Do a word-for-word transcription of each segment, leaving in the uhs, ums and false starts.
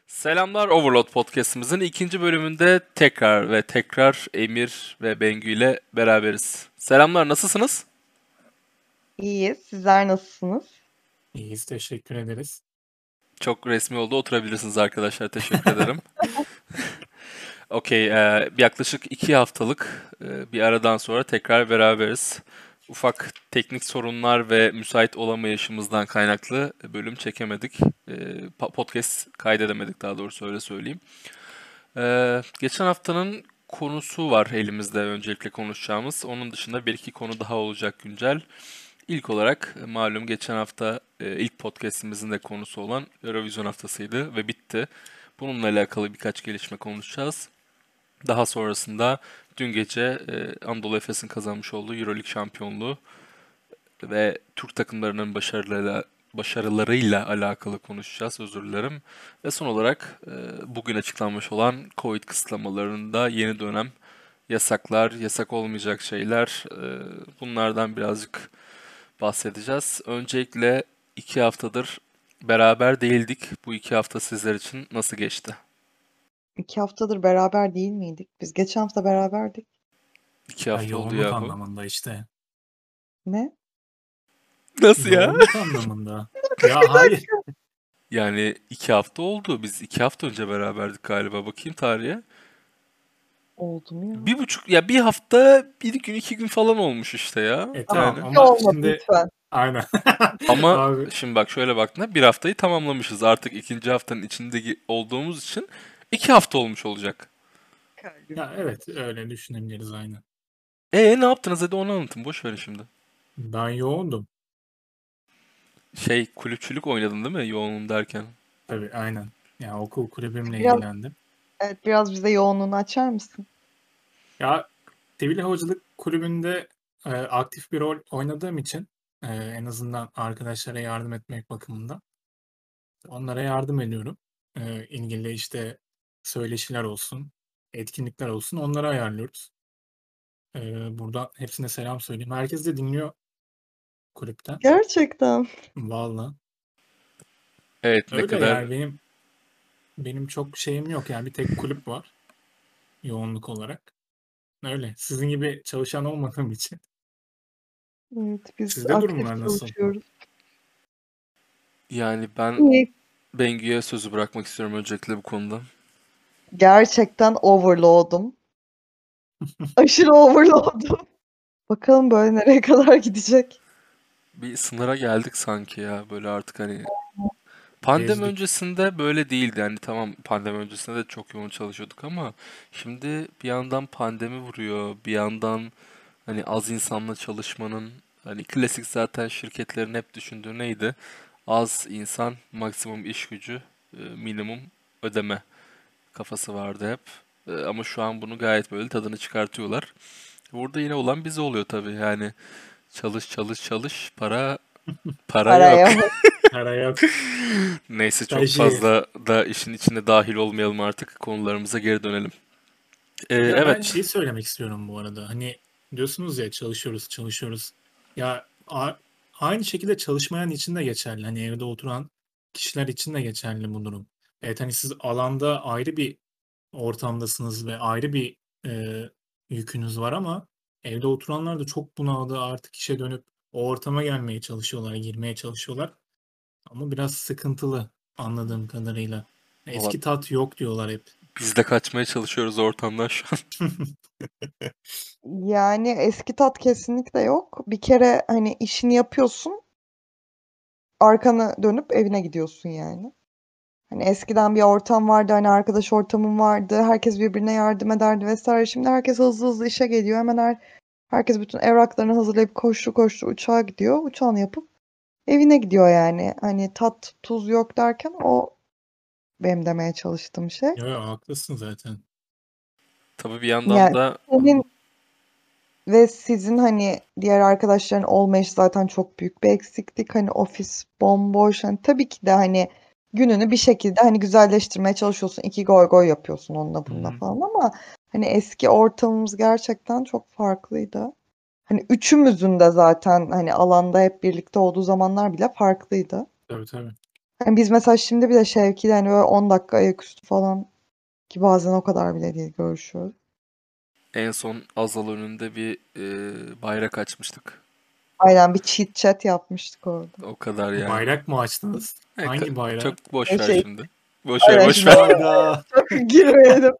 Selamlar Overload Podcast'imizin ikinci bölümünde tekrar ve tekrar Emir ve Bengü ile beraberiz. Selamlar, nasılsınız? İyiyiz. Sizler nasılsınız? İyiyiz, teşekkür ederiz. Çok resmi oldu, oturabilirsiniz arkadaşlar. Teşekkür ederim. Okey, e, yaklaşık iki haftalık e, bir aradan sonra tekrar beraberiz. Ufak teknik sorunlar ve müsait olamayışımızdan kaynaklı bölüm çekemedik. E, pa- podcast kaydedemedik, daha doğrusu öyle söyleyeyim. Ee, geçen haftanın konusu var elimizde öncelikle konuşacağımız. Onun dışında bir iki konu daha olacak güncel. İlk olarak e, malum geçen hafta e, ilk podcastimizin de konusu olan Eurovision haftasıydı ve bitti. Bununla alakalı birkaç gelişme konuşacağız. Daha sonrasında dün gece e, Anadolu Efes'in kazanmış olduğu Euroleague şampiyonluğu ve Türk takımlarının başarılarıyla başarılarıyla alakalı konuşacağız. Özür dilerim. Ve son olarak e, bugün açıklanmış olan Covid kısıtlamalarında yeni dönem yasaklar, yasak olmayacak şeyler, e, bunlardan birazcık bahsedeceğiz. Öncelikle iki haftadır beraber değildik. Bu iki hafta sizler için nasıl geçti? İki haftadır beraber değil miydik? Biz geçen hafta beraberdik. İki Ya hafta oldu yoğunluk yahu. anlamında işte. Ne? Nasıl ya? Yoğunluk anlamında. Ya hayır. Yani iki hafta oldu. Biz iki hafta önce beraberdik galiba. Bakayım tarihe. Oldu mu ya? Bir buçuk ya bir hafta bir gün iki gün falan olmuş işte ya. E tamam Yani. İyi ama olmadı şimdi lütfen. aynen. Ama Abi şimdi bak şöyle baktığında bir haftayı tamamlamışız. Artık ikinci haftanın içinde olduğumuz için iki hafta olmuş olacak. Kalbim. ya evet öyle düşünebiliriz aynen. E ne yaptınız hadi onu anlatın. Boş verin şimdi. Ben yoğundum. Şey kulüpçülük oynadın değil mi yoğunum derken? Tabii aynen. Ya okul kulübümle Biraz, ilgilendim. evet, biraz bize yoğunluğunu açar mısın? Ya Sivil Havacılık Kulübü'nde e, aktif bir rol oynadığım için e, en azından arkadaşlara yardım etmek bakımından onlara yardım ediyorum. E, ilgili işte söyleşiler olsun, etkinlikler olsun onları ayarlıyoruz. Ee, buradan hepsine selam söyleyeyim. Herkes de dinliyor kulüpten. Gerçekten. Valla. Evet, ne Öyle kadar yani benim benim çok şeyim yok. Yani bir tek kulüp var yoğunluk olarak. Öyle. Sizin gibi çalışan olmadığım için. Evet, biz Sizde aktif durumlar nasıl? çalışıyoruz. yani ben İyi. Bengü'ye sözü bırakmak istiyorum öncelikle bu konuda. Gerçekten overload'um. Aşırı overload'um. Bakalım böyle nereye kadar gidecek? Bir sınıra geldik sanki ya böyle artık hani pandemi Gezdik. öncesinde böyle değildi. Yani tamam pandemi öncesinde de çok yoğun çalışıyorduk ama şimdi bir yandan pandemi vuruyor, bir yandan hani az insanla çalışmanın hani klasik zaten şirketlerin hep düşündüğü neydi? Az insan, maksimum iş gücü, e, minimum ödeme kafası vardı hep. E, Ama şu an bunu gayet böyle tadını çıkartıyorlar. Burada yine olan bize oluyor tabii. Yani çalış çalış çalış para para yok. Paraya. Para yok. Neyse çok Stajyer. fazla da işin içine dahil olmayalım artık. Konularımıza geri dönelim. Ee, Ya ben evet. şeyi söylemek istiyorum bu arada. Hani diyorsunuz ya çalışıyoruz, çalışıyoruz. Ya a- aynı şekilde çalışmayan için de geçerli. Hani evde oturan kişiler için de geçerli bu durum. Evet hani siz alanda ayrı bir ortamdasınız ve ayrı bir e, yükünüz var ama evde oturanlar da çok bunaldı artık işe dönüp o ortama gelmeye çalışıyorlar, girmeye çalışıyorlar. Ama biraz sıkıntılı anladığım kadarıyla. Valla Eski tat yok diyorlar hep. biz de kaçmaya çalışıyoruz ortamdan şu an. Yani eski tat kesinlikle yok. Bir kere hani işini yapıyorsun, arkanı dönüp evine gidiyorsun yani. Hani eskiden bir ortam vardı, hani arkadaş ortamım vardı, herkes birbirine yardım ederdi vesaire. Şimdi herkes hızlı hızlı işe geliyor. Hemen her, herkes bütün evraklarını hazırlayıp koştu koştu uçağa gidiyor. Uçağını yapıp evine gidiyor yani. Hani tat tuz yok derken o benim demeye çalıştığım şey. Yo, yo, haklısın zaten. Tabii bir yandan Yani da senin ve sizin hani diğer arkadaşların olmayışı zaten çok büyük bir eksiklik. Hani ofis bomboş. Hani tabii ki de hani gününü bir şekilde hani güzelleştirmeye çalışıyorsun. İki goy goy yapıyorsun onunla Hı bununla hı. falan ama hani eski ortamımız gerçekten çok farklıydı. Hani üçümüzün de zaten hani alanda hep birlikte olduğu zamanlar bile farklıydı. Tabii tabii. Hani biz mesela şimdi bile Şevki'yle hani böyle on dakika ayaküstü falan ki bazen o kadar bile değil görüşüyoruz. En son Azal önünde bir e, bayrak açmıştık. Aynen bir cheat chat yapmıştık orada. O kadar yani. Bayrak mı açtınız? E, Hangi ka- bayrağı? çok boş O ver şey, şimdi. Boş ver, aynen boş şimdi ver. Hayda. çok girmeyelim.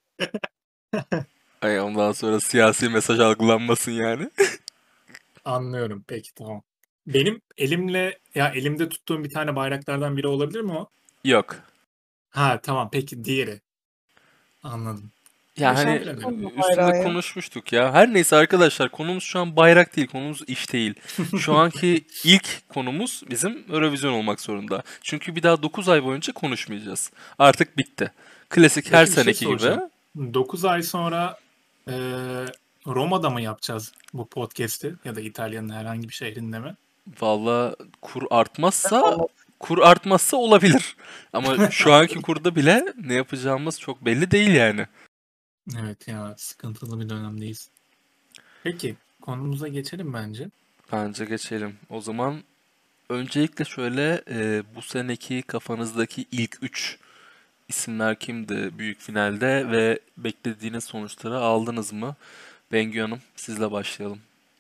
Ay, ondan sonra siyasi mesaj algılanmasın yani. Anlıyorum. Peki tamam. Benim elimle ya elimde tuttuğum bir tane bayraklardan biri olabilir mi o? Yok. Ha tamam peki diğeri. Anladım. Ya hani Teşekkür ederim. Onun üstünde bayrağı ya. konuşmuştuk ya. Her neyse arkadaşlar, konumuz şu an bayrak değil, konumuz iş değil. Şu anki ilk konumuz bizim Eurovision olmak zorunda. Çünkü bir daha dokuz ay boyunca konuşmayacağız. Artık bitti. Klasik her Peki bir şey seneki gibi. soracağım. dokuz ay sonra e, Roma'da mı yapacağız bu podcast'i ya da İtalya'nın herhangi bir şehrinde mi? Valla kur artmazsa Olmaz. kur artmazsa olabilir. Ama şu anki kurda bile ne yapacağımız çok belli değil yani. Evet ya sıkıntılı bir dönemdeyiz. Peki konumuza geçelim bence. Bence geçelim. O zaman öncelikle şöyle e, bu seneki kafanızdaki ilk üç isimler kimdi büyük finalde ve beklediğiniz sonuçları aldınız mı? Bengü Hanım, sizle başlayalım.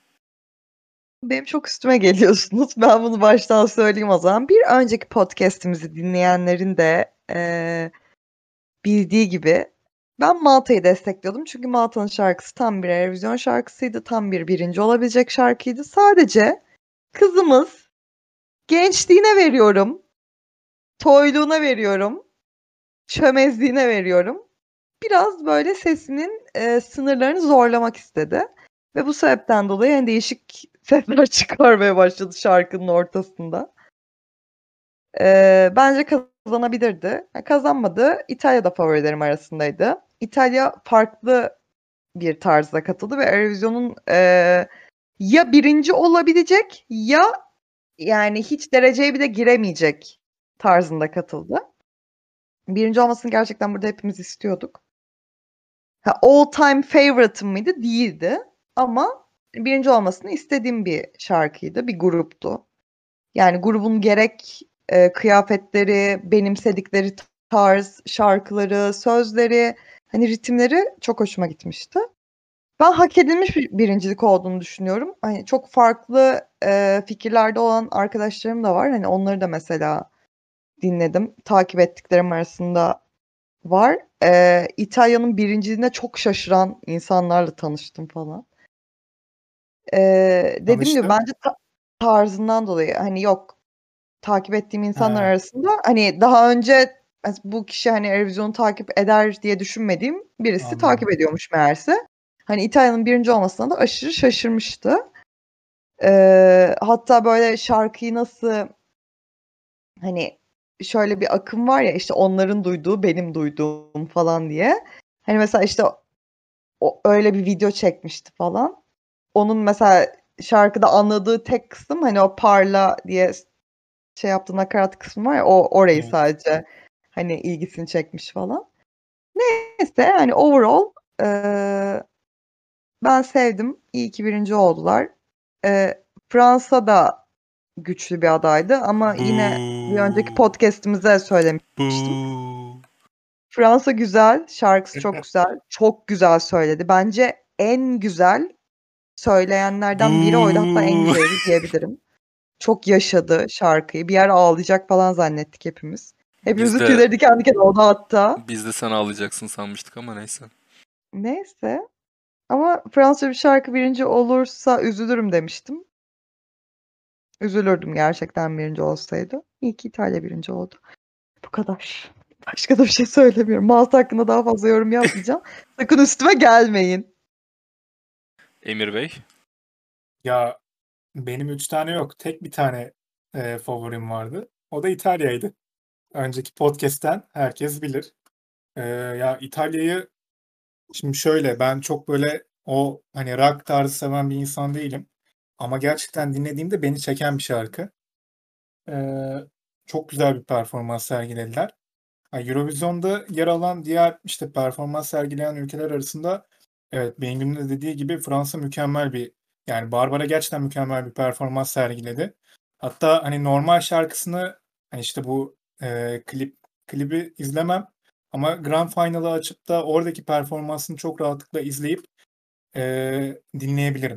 Benim çok üstüme geliyorsunuz. Ben bunu baştan söyleyeyim o zaman. Bir önceki podcast'imizi dinleyenlerin de eee, bildiği gibi ben Malta'yı destekliyordum. Çünkü Malta'nın şarkısı tam bir Eurovision şarkısıydı. Tam bir birinci olabilecek şarkıydı. Sadece kızımız gençliğine veriyorum, toyluğuna veriyorum, çömezliğine veriyorum. Biraz böyle sesinin eee, sınırlarını zorlamak istedi. Ve bu sebepten dolayı hani değişik sesler çıkarmaya başladı şarkının ortasında. Eee, bence kazanabilirdi. Ha, kazanmadı. İtalya da favorilerim arasındaydı. İtalya farklı bir tarzda katıldı ve Eurovision'un eee, ya birinci olabilecek ya yani hiç dereceye bile giremeyecek tarzında katıldı. Birinci olmasını gerçekten burada hepimiz istiyorduk. Ha, all time favorite'ım mıydı? Değildi. Ama birinci olmasını istediğim bir şarkıydı, bir gruptu. Yani grubun gerek e, kıyafetleri, benimsedikleri tarz, şarkıları, sözleri, hani ritimleri çok hoşuma gitmişti. Ben hak edilmiş bir birincilik olduğunu düşünüyorum. Hani çok farklı e, fikirlerde olan arkadaşlarım da var. Hani onları da mesela dinledim. Takip ettiklerim arasında var. Eee, İtalya'nın birinciliğine çok şaşıran insanlarla tanıştım falan. Eee, dediğim gibi Tanıştın. bence ta tarzından dolayı hani yok takip ettiğim insanlar Ha, arasında hani daha önce es bu kişi hani Eurovision'u takip eder diye düşünmediğim birisi takip anladım. ediyormuş meğerse. Hani İtalya'nın birinci olmasına da aşırı şaşırmıştı. Eee, hatta böyle şarkıyı nasıl hani şöyle bir akım var ya işte onların duyduğu benim duyduğum falan diye. Hani mesela işte o öyle bir video çekmişti falan. Onun mesela şarkıda anladığı tek kısım hani o parla diye şey yaptığı nakarat kısmı var ya o orayı Evet. sadece hani ilgisini çekmiş falan. Neyse hani overall eee, ben sevdim. İyi ki birinci oldular. Eee, Fransa da güçlü bir adaydı ama yine bir önceki Boo. podcast'imizde söylemiştim. Boo. Fransa güzel, şarkısı çok güzel, çok güzel söyledi. Bence en güzel söyleyenlerden biri oydu. Hatta en Boo. güzeli diyebilirim. Çok yaşadı şarkıyı. Bir ara ağlayacak falan zannettik hepimiz. Biz Hepimizin de tüyleri diken diken oldu hatta. biz de sen ağlayacaksın sanmıştık ama neyse. Neyse. Ama Fransa bir şarkı birinci olursa üzülürüm demiştim. Üzülürdüm gerçekten birinci olsaydı. İyi ki İtalya birinci oldu. Bu kadar. Başka da bir şey söylemiyorum. Malta hakkında daha fazla yorum yapmayacağım. Sakın üstüme gelmeyin. Emir Bey. Ya benim üç tane yok. Tek bir tane e, favorim vardı. O da İtalya'ydı. Önceki podcast'ten herkes bilir. E, ya İtalya'yı şimdi şöyle ben çok böyle o hani rock tarzı seven bir insan değilim. Ama gerçekten dinlediğimde beni çeken bir şarkı. E, çok güzel bir performans sergilediler. Ha, Eurovision'da yer alan diğer işte performans sergileyen ülkeler arasında evet Bengü'nün de dediği gibi Fransa mükemmel bir yani Barbara gerçekten mükemmel bir performans sergiledi. Hatta hani normal şarkısını hani işte bu Ee, klip klibi izlemem ama Grand Final'ı açıp da oradaki performansını çok rahatlıkla izleyip ee, dinleyebilirim.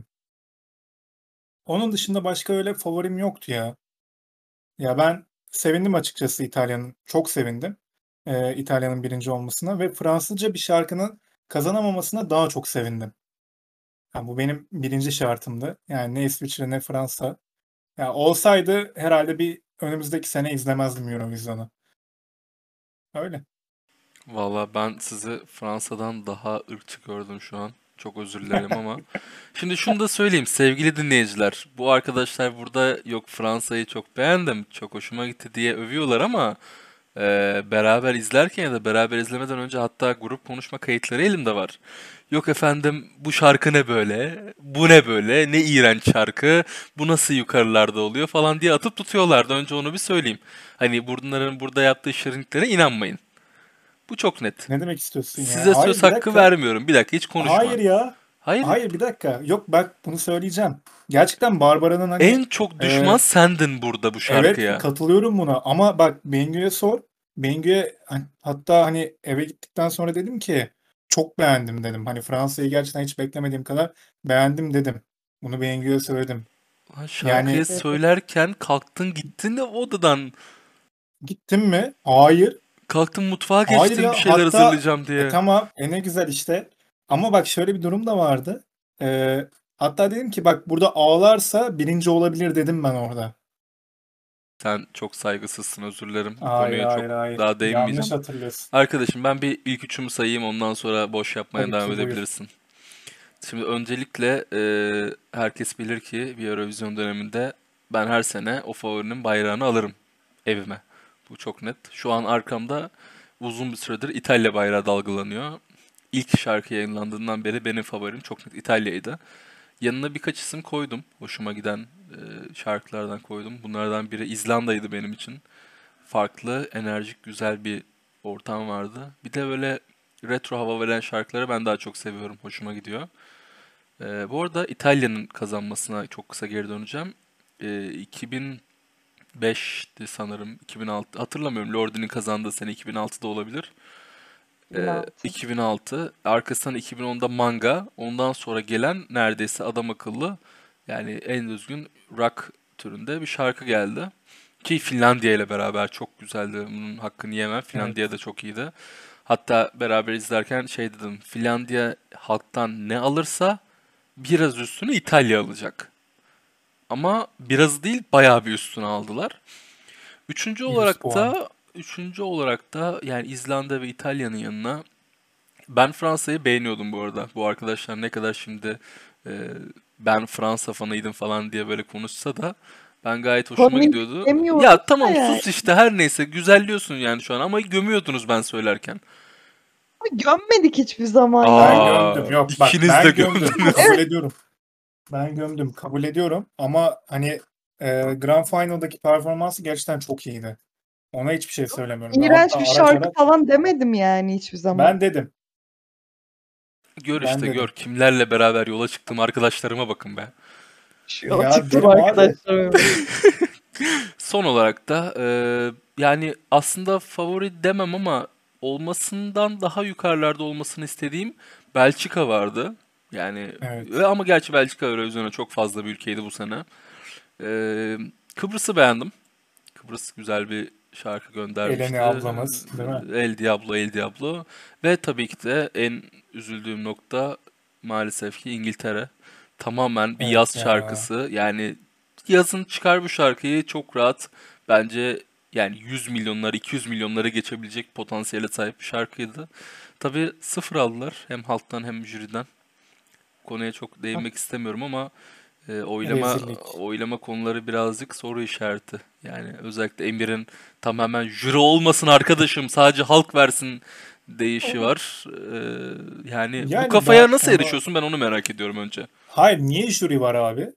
Onun dışında başka öyle favorim yoktu ya. Ya ben sevindim açıkçası İtalya'nın. Çok sevindim. Ee, İtalya'nın birinci olmasına ve Fransızca bir şarkının kazanamamasına daha çok sevindim. Yani bu benim birinci şartımdı. Yani ne İsviçre ne Fransa. Ya olsaydı herhalde bir önümüzdeki sene izlemezdim Eurovision'u. Öyle. Valla ben sizi Fransa'dan daha ırkçı gördüm şu an. Çok özür dilerim ama. Şimdi şunu da söyleyeyim sevgili dinleyiciler. Bu arkadaşlar burada yok Fransa'yı çok beğendim, çok hoşuma gitti diye övüyorlar ama e, beraber izlerken ya da beraber izlemeden önce hatta grup konuşma kayıtları elimde var. Yok efendim bu şarkı ne böyle, bu ne böyle, ne iğrenç şarkı, bu nasıl yukarılarda oluyor falan diye atıp tutuyorlardı. Önce onu bir söyleyeyim. Hani bunların burada yaptığı şirinliklere inanmayın. Bu çok net. Ne demek istiyorsun ya? Size söz Hayır bir hakkı dakika. vermiyorum. Bir dakika hiç konuşma. Hayır ya. Hayır. Hayır bir dakika. Yok bak bunu söyleyeceğim. Gerçekten Barbara'nın En hani çok düşman e, sendin burada bu evet şarkıya. katılıyorum buna ama bak Bengü'ye sor. Bengü'ye hani- hatta hani eve gittikten sonra dedim ki çok beğendim dedim. Hani Fransa'yı gerçekten hiç beklemediğim kadar beğendim dedim. Bunu Bengü'ye söyledim. Lan şarkıyı Yani söylerken kalktın gittin de odadan. gittim mi? Hayır. Kalktın mutfağa Hayır geçtin bir ya şeyler hatta hazırlayacağım e, diye. tamam e ne güzel işte. Ama bak şöyle bir durum da vardı. Ee, hatta dedim ki bak burada ağlarsa birinci olabilir dedim ben orada. Sen çok saygısızsın özür dilerim. Bu Hayır konuya çok hayır hayır. daha Yanlış değinmeyeceğim. hatırlıyorsun. Arkadaşım ben bir ilk üçümü sayayım ondan sonra boş yapmaya Tabii devam ki buyur. edebilirsin. Şimdi öncelikle e, herkes bilir ki bir Eurovision döneminde ben her sene o favorinin bayrağını alırım evime. Bu çok net. Şu an arkamda uzun bir süredir İtalya bayrağı dalgalanıyor. İlk şarkı yayınlandığından beri benim favorim çok net İtalya'ydı. Yanına birkaç isim koydum. Hoşuma giden e, şarkılardan koydum. Bunlardan biri İzlanda'ydı benim için. Farklı, enerjik, güzel bir ortam vardı. Bir de böyle retro hava veren şarkıları ben daha çok seviyorum. Hoşuma gidiyor. Ee, bu arada İtalya'nın kazanmasına çok kısa geri döneceğim. Ee, iki bin beşti sanırım, iki bin altı hatırlamıyorum. Lordi'nin kazandığı sene iki bin altıda olabilir. Ee, iki bin altı. iki bin altı, arkasından iki bin onda Manga, ondan sonra gelen neredeyse adam akıllı yani en düzgün rock türünde bir şarkı geldi. Ki Finlandiya ile beraber çok güzeldi. Bunun hakkını yemem. Finlandiya Evet. da çok iyiydi. Hatta beraber izlerken şey dedim. Finlandiya halktan ne alırsa biraz üstüne İtalya alacak. Ama biraz değil bayağı bir üstüne aldılar. Üçüncü yüz olarak puan. da üçüncü olarak da yani İzlanda ve İtalya'nın yanına ben Fransa'yı beğeniyordum bu arada. Bu arkadaşlar ne kadar şimdi e, ben Fransa fanıydım falan diye böyle konuşsa da ben gayet hoşuma Fanıyım gidiyordu. demiyoruz Ya da tamam yani. sus işte her neyse güzelliyorsun yani şu an ama gömüyordunuz ben söylerken. Ama gömmedik hiçbir zaman Ben yani. gömdüm. Aa, Yok bak ikiniz de ben gömdüm. gömdünüz. Kabul ediyorum. Ben gömdüm. Kabul ediyorum. Ama hani e, Grand Final'daki performansı gerçekten çok iyiydi. Ona hiçbir şey söylemiyorum. Ben İğrenç hatta bir araç şarkı araç falan demedim yani hiçbir zaman. ben dedim. Gör Ben işte gör dedim. kimlerle beraber yola çıktığım arkadaşlarıma bakın be. Şu yola Ya çıktım derim abi. arkadaşlar. Son olarak da e, yani aslında favori demem ama olmasından daha yukarılarda olmasını istediğim Belçika vardı. Yani Evet. ve ama gerçi Belçika Eurovision'a çok fazla bir ülkeydi bu sene. E, Kıbrıs'ı beğendim. Kıbrıs güzel bir şarkı Eleni göndermişti. ablamız, değil mi? E, El Diablo, El Diablo. Ve tabii ki de en üzüldüğüm nokta maalesef ki İngiltere. Tamamen bir Evet yaz ya. şarkısı. Yani yazın çıkar bu şarkıyı çok rahat bence yani yüz milyonları iki yüz milyonları geçebilecek potansiyele sahip bir şarkıydı. Tabii sıfır aldılar hem halktan hem jüriden. Konuya çok değinmek istemiyorum ama e, oylama Rezillik. oylama konuları birazcık soru işareti. Yani özellikle Emir'in tamamen jüri olmasın arkadaşım sadece halk versin deyişi var. E, yani bu Yani kafaya ben nasıl onu erişiyorsun ben onu merak ediyorum önce. hayır niye jüri var abi?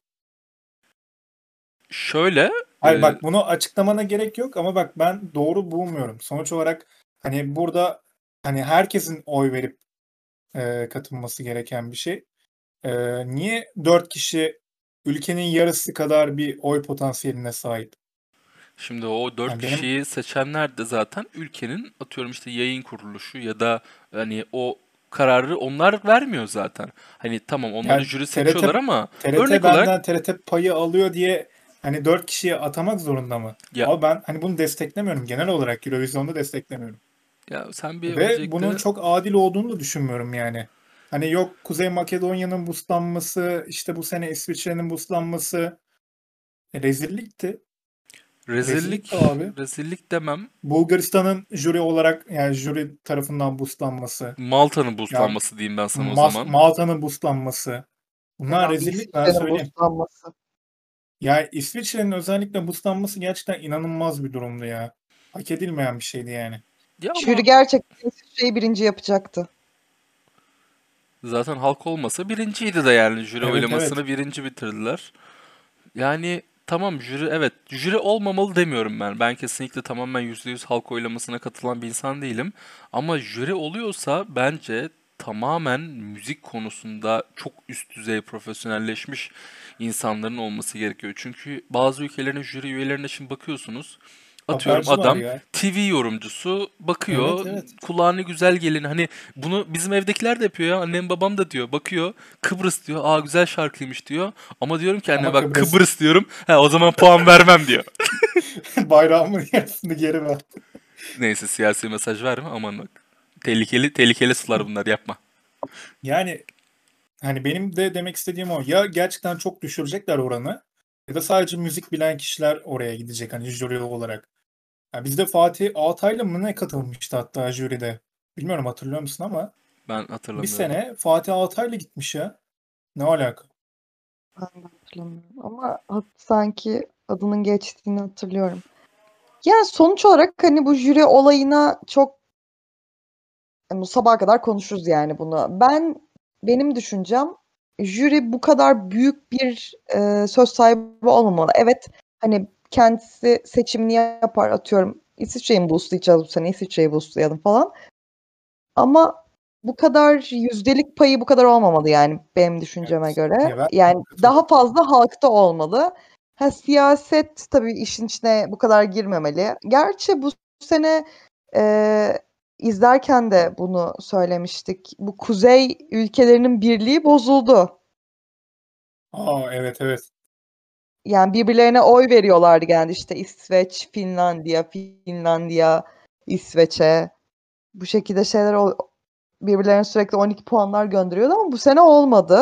Şöyle Hayır e, bak bunu açıklamana gerek yok ama bak ben doğru bulmuyorum. Sonuç olarak hani burada hani herkesin oy verip e, katılması gereken bir şey. E, niye dört kişi ülkenin yarısı kadar bir oy potansiyeline sahip? Şimdi o dört Yani benim kişiyi seçenler de zaten ülkenin atıyorum işte yayın kuruluşu ya da hani o kararı onlar vermiyor zaten. Hani tamam onları yani jüri T R T seçiyorlar ama T R T örnek olarak benden T R T payı alıyor diye hani dört kişiye atamak zorunda mı? ya Ama ben hani bunu desteklemiyorum. Genel olarak Eurovision'da desteklemiyorum. ya sen bir Ve bunun öncelikle çok adil olduğunu da düşünmüyorum yani. Hani yok Kuzey Makedonya'nın buslanması, işte bu sene İsviçre'nin buslanması e, rezillikti. rezillik Rezillikti abi. rezillik demem. Bulgaristan'ın jüri olarak yani jüri tarafından buslanması. Malta'nın Ya buzlanması diyeyim ben sana o Mas- zaman. Malta'nın buslanması. Bunlar Herhalde rezillik ben İsviçre'nin söyleyeyim. buzlanması. Ya İsviçre'nin özellikle buslanması gerçekten inanılmaz bir durumdu ya. Hak edilmeyen bir şeydi yani. Ya Jüri ama gerçekten İsviçre'yi birinci yapacaktı. zaten halk olmasa birinciydi de yani jüri Evet, evet. oylamasını birinci bitirdiler. Yani tamam jüri evet jüri olmamalı demiyorum ben. Ben kesinlikle tamamen yüzde yüz halk oylamasına katılan bir insan değilim. Ama jüri oluyorsa bence tamamen müzik konusunda çok üst düzey profesyonelleşmiş insanların olması gerekiyor. Çünkü bazı ülkelerin jüri üyelerine şimdi bakıyorsunuz. Atıyorum Haberci var adam ya. T V yorumcusu Evet, bakıyor evet. kulağına güzel gelin hani bunu bizim evdekiler de yapıyor ya annem babam da diyor bakıyor Kıbrıs diyor aa güzel şarkıymış diyor ama diyorum ki anne Ama bak Kıbrıs Kıbrıs diyorum he o zaman puan vermem diyor. bayrağımın yarısını geri ver. Neyse siyasi mesaj verme aman bak. Tehlikeli tehlikeli sular bunlar yapma. Yani hani benim de demek istediğim o. Ya gerçekten çok düşürecekler oranı ya da sadece müzik bilen kişiler oraya gidecek hani jüri olarak. Ya bizde Fatih Altaylı mı ne katılmıştı hatta jüride. Bilmiyorum hatırlıyor musun ama Ben bir hatırlamıyorum. sene Fatih Altaylı gitmiş ya. Ne alaka? Ben de hatırlamıyorum ama hat- sanki adının geçtiğini hatırlıyorum. Yani sonuç olarak hani bu jüri olayına çok yani sabaha kadar konuşuruz yani bunu. Ben benim düşüncem jüri bu kadar büyük bir e, söz sahibi olmamalı. Evet hani kendisi seçimini yapar atıyorum. İsviçre'yi mi boostlayacağız bu sene İsviçre'yi boostlayalım falan. Ama bu kadar yüzdelik payı bu kadar olmamalı yani benim düşünceme Evet. göre. Ya ben Yani daha katılıyorum. fazla halkta olmalı. Ha, siyaset tabii işin içine bu kadar girmemeli. Gerçi bu sene e, izlerken de bunu söylemiştik. Bu kuzey ülkelerinin birliği bozuldu. Aa, evet, evet. Yani birbirlerine oy veriyorlardı genelde işte İsveç, Finlandiya, Finlandiya, İsveç'e. Bu şekilde şeyler ol- birbirlerine sürekli on iki puanlar gönderiyordu ama bu sene olmadı.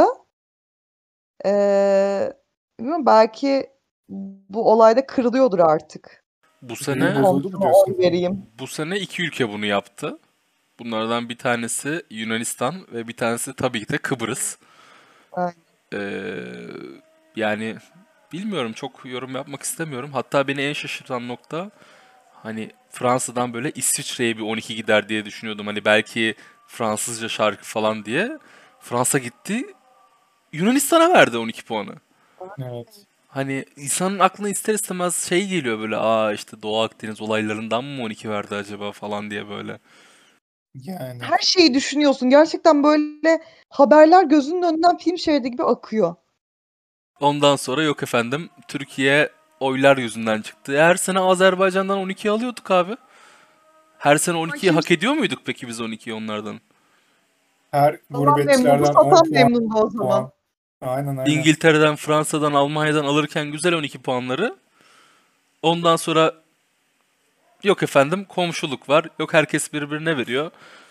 Ee, bilmiyorum, belki bu olayda kırılıyordur artık. Bu Kimin Jüri sene bozuldu mu komşuma oy diyorsun? vereyim? bu sene iki ülke bunu yaptı. Bunlardan bir tanesi Yunanistan ve bir tanesi tabii ki de Kıbrıs. Aynen. Ee, yani bilmiyorum çok yorum yapmak istemiyorum. Hatta beni en şaşırtan nokta hani Fransa'dan böyle İsviçre'ye bir on iki gider diye düşünüyordum. Hani belki Fransızca şarkı falan diye. Fransa gitti Yunanistan'a verdi on iki puanı. Evet. Hani insanın aklına ister istemez şey geliyor böyle aa işte Doğu Akdeniz olaylarından mı on iki verdi acaba falan diye böyle. Yani Her şeyi düşünüyorsun. Gerçekten böyle haberler gözünün önünden film şeridi gibi akıyor. Ondan sonra yok efendim Türkiye oylar yüzünden çıktı. Her sene Azerbaycan'dan on iki alıyorduk abi. Her sene Ama on ikiyi hak kimse ediyor muyduk peki biz on ikiyi onlardan? her alan memnundu, gurbetçilerden on satan puan memnundu o zaman. puan. Aynen, aynen. İngiltere'den, Fransa'dan, Almanya'dan alırken güzel on iki puanları. Ondan sonra yok efendim komşuluk var. Yok herkes birbirine veriyor.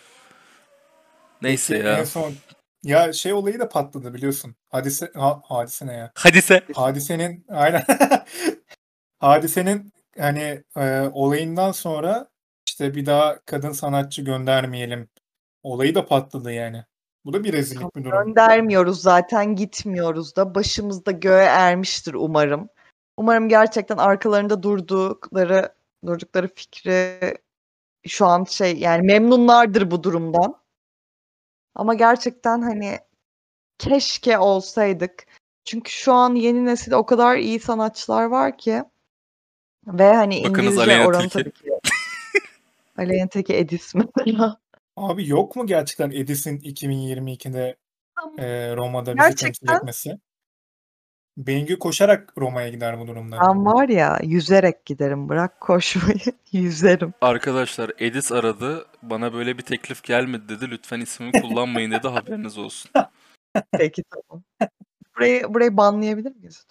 Peki Neyse en ya. son ya şey olayı da patladı biliyorsun. Hadise ha, hadise ne ya? Hadise. Hadisenin aynen Hadisenin hani e, olayından sonra işte bir daha kadın sanatçı göndermeyelim. Olayı da patladı yani. Bu da bir Tamam, rezillik bir durum. göndermiyoruz zaten, gitmiyoruz da. Başımız da göğe ermiştir umarım. Umarım gerçekten arkalarında durdukları durdukları fikri şu an şey yani memnunlardır bu durumdan. Ama gerçekten hani keşke olsaydık. Çünkü şu an yeni nesil o kadar iyi sanatçılar var ki ve hani Bakınız İngilizce Aleyna oranı Tilki. tabii ki. Aleyna Tilki Edis mesela. Abi yok mu gerçekten Edis'in iki bin yirmi ikide e, Roma'da bizi temsil Gerçekten etmesi? Bengü koşarak Roma'ya gider bu durumda. Ben var ya yüzerek giderim. Bırak koşmayı. Yüzerim. Arkadaşlar Edis aradı. Bana böyle bir teklif gelmedi dedi. Lütfen ismimi kullanmayın dedi. Haberiniz olsun. Peki tamam. Burayı, burayı banlayabilir miyiz?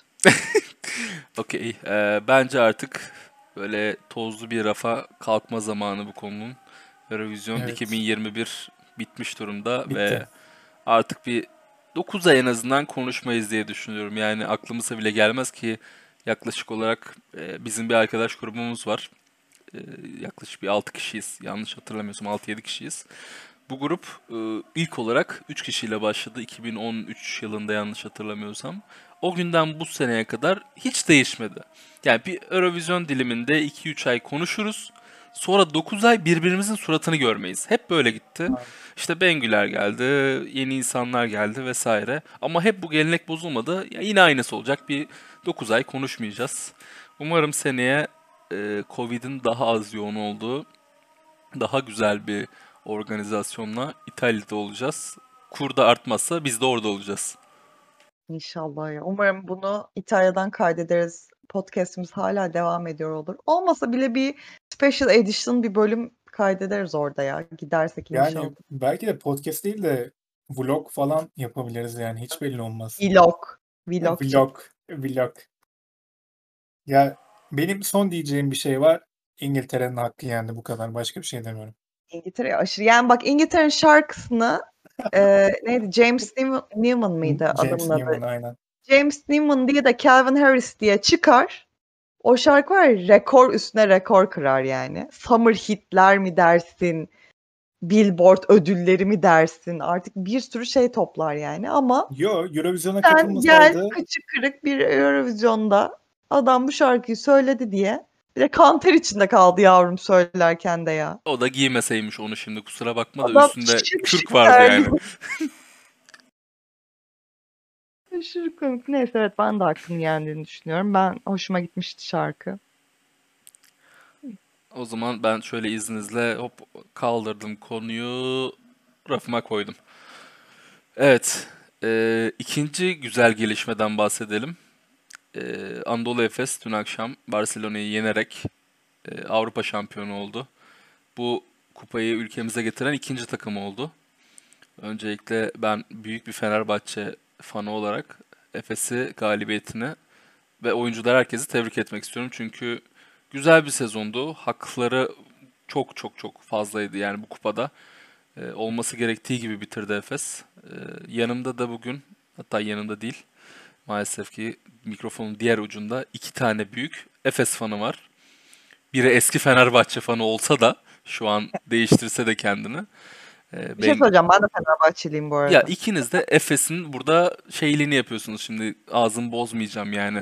Okey. Ee, bence artık böyle tozlu bir rafa kalkma zamanı bu konunun. Eurovision Evet. iki bin yirmi bir bitmiş durumda Bitti. ve artık bir dokuz ay en azından konuşmayız diye düşünüyorum. Yani aklımıza bile gelmez ki yaklaşık olarak e, bizim bir arkadaş grubumuz var. E, yaklaşık bir altı kişiyiz. Yanlış hatırlamıyorsam altı yedi kişiyiz. Bu grup e, ilk olarak üç kişiyle başladı. iki bin on üç yılında yanlış hatırlamıyorsam. O günden bu seneye kadar hiç değişmedi. Yani bir Eurovision diliminde iki üç ay konuşuruz. Sonra dokuz ay birbirimizin suratını görmeyiz. Hep böyle gitti. Aynen. İşte Bengüler geldi, yeni insanlar geldi vesaire. Ama hep bu gelenek bozulmadı. Ya yine aynısı olacak. Bir dokuz ay konuşmayacağız. Umarım seneye e, Covid'in daha az yoğun olduğu, daha güzel bir organizasyonla İtalya'da olacağız. Kur da artmazsa biz de orada olacağız. İnşallah ya. Umarım bunu İtalya'dan kaydederiz. Podcast'imiz hala devam ediyor olur. Olmasa bile bir special edition bir bölüm kaydederiz orada ya. Gidersek inşallah. Yani belki de podcast değil de vlog falan yapabiliriz yani. Hiç belli olmaz. Vlog. Vlog çek. Vlog. Vlog. Ya benim son diyeceğim bir şey var. İngiltere'nin hakkı yendi, bu kadar. Başka bir şey demiyorum. İngiltere aşırı. Yani bak İngiltere'nin şarkısını e, neydi? James Newman, Newman mıydı James adamın adı? Newman aynen. James Newman diye de Calvin Harris diye çıkar. O şarkı var ya, rekor üstüne rekor kırar yani. Summer hitler mi dersin? Billboard ödülleri mi dersin? Artık bir sürü şey toplar yani ama Yo, Eurovision'a sen gel katılmasaydı kıçı kırık bir Eurovision'da adam bu şarkıyı söyledi diye bir de kanter içinde kaldı yavrum söylerken de ya. O da giymeseymiş onu şimdi, kusura bakma da Adam üstünde şık kürk şık vardı yani. terliyor. Aşırı komik. Neyse evet ben de hakkını yendiğini düşünüyorum. Ben hoşuma gitmişti şarkı. O zaman ben şöyle izninizle hop kaldırdım konuyu, rafıma koydum. Evet, e, ikinci güzel gelişmeden bahsedelim. E, Anadolu Efes dün akşam Barcelona'yı yenerek e, Avrupa şampiyonu oldu. Bu kupayı ülkemize getiren ikinci takım oldu. Öncelikle ben büyük bir Fenerbahçe fanı olarak Efes'i galibiyetine ve oyuncular herkesi tebrik etmek istiyorum. Çünkü güzel bir sezondu. Hakları çok çok çok fazlaydı yani bu kupada. Ee, olması gerektiği gibi bitirdi Efes. Ee, yanımda da bugün, hatta yanımda değil, maalesef ki mikrofonun diğer ucunda iki tane büyük Efes fanı var. Biri eski Fenerbahçe fanı olsa da şu an değiştirse de kendini. Ee, Bir şey ben söyleyeceğim. Ben de Fenerbahçeliyim bu ya arada. ikiniz de Efes'in burada şeyliğini yapıyorsunuz, şimdi ağzımı bozmayacağım yani.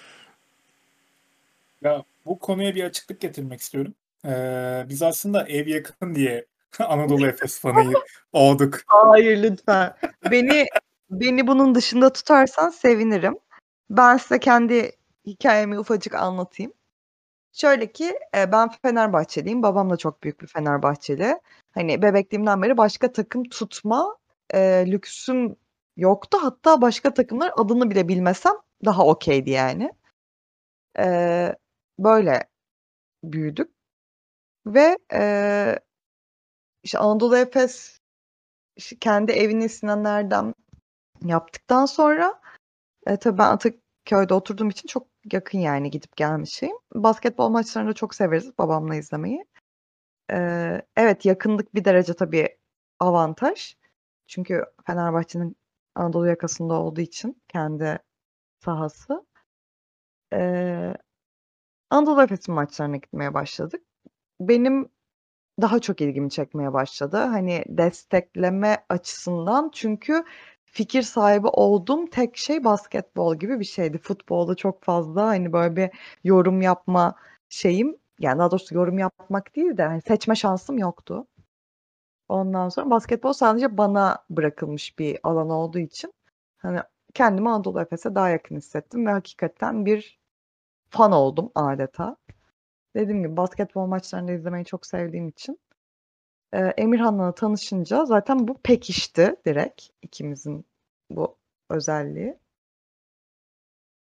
ya bu konuya bir açıklık getirmek istiyorum. Ee, biz aslında ev yakın diye Anadolu Efes fanıyı olduk. Hayır lütfen. Beni beni bunun dışında tutarsan sevinirim. Ben size kendi hikayemi ufacık anlatayım. Şöyle ki e, ben Fenerbahçeliyim. Babam da çok büyük bir Fenerbahçeli. Hani bebekliğimden beri başka takım tutma e, lüksüm yoktu. Hatta başka takımlar adını bile bilmesem daha okeydi yani. E, Böyle büyüdük ve e, işte Anadolu Efes işte kendi evini Sinan Erdem yaptıktan sonra e, tabii ben Ataköy'de oturduğum için çok yakın yani gidip gelmişim. Basketbol maçlarını da çok severiz babamla izlemeyi. Ee, evet yakınlık bir derece tabii avantaj. Çünkü Fenerbahçe'nin Anadolu yakasında olduğu için kendi sahası. Ee, Anadolu Efes'in maçlarına gitmeye başladık. Benim daha çok ilgimi çekmeye başladı. Hani destekleme açısından çünkü fikir sahibi olduğum tek şey basketbol gibi bir şeydi. Futbolda çok fazla hani böyle bir yorum yapma şeyim yani daha doğrusu yorum yapmak değil de hani seçme şansım yoktu. Ondan sonra basketbol sadece bana bırakılmış bir alan olduğu için hani kendimi Anadolu Efes'e daha yakın hissettim ve hakikaten bir fan oldum adeta. Dediğim gibi basketbol maçlarını da izlemeyi çok sevdiğim için e, Emirhan'la tanışınca zaten bu pekişti direkt ikimizin bu özelliği.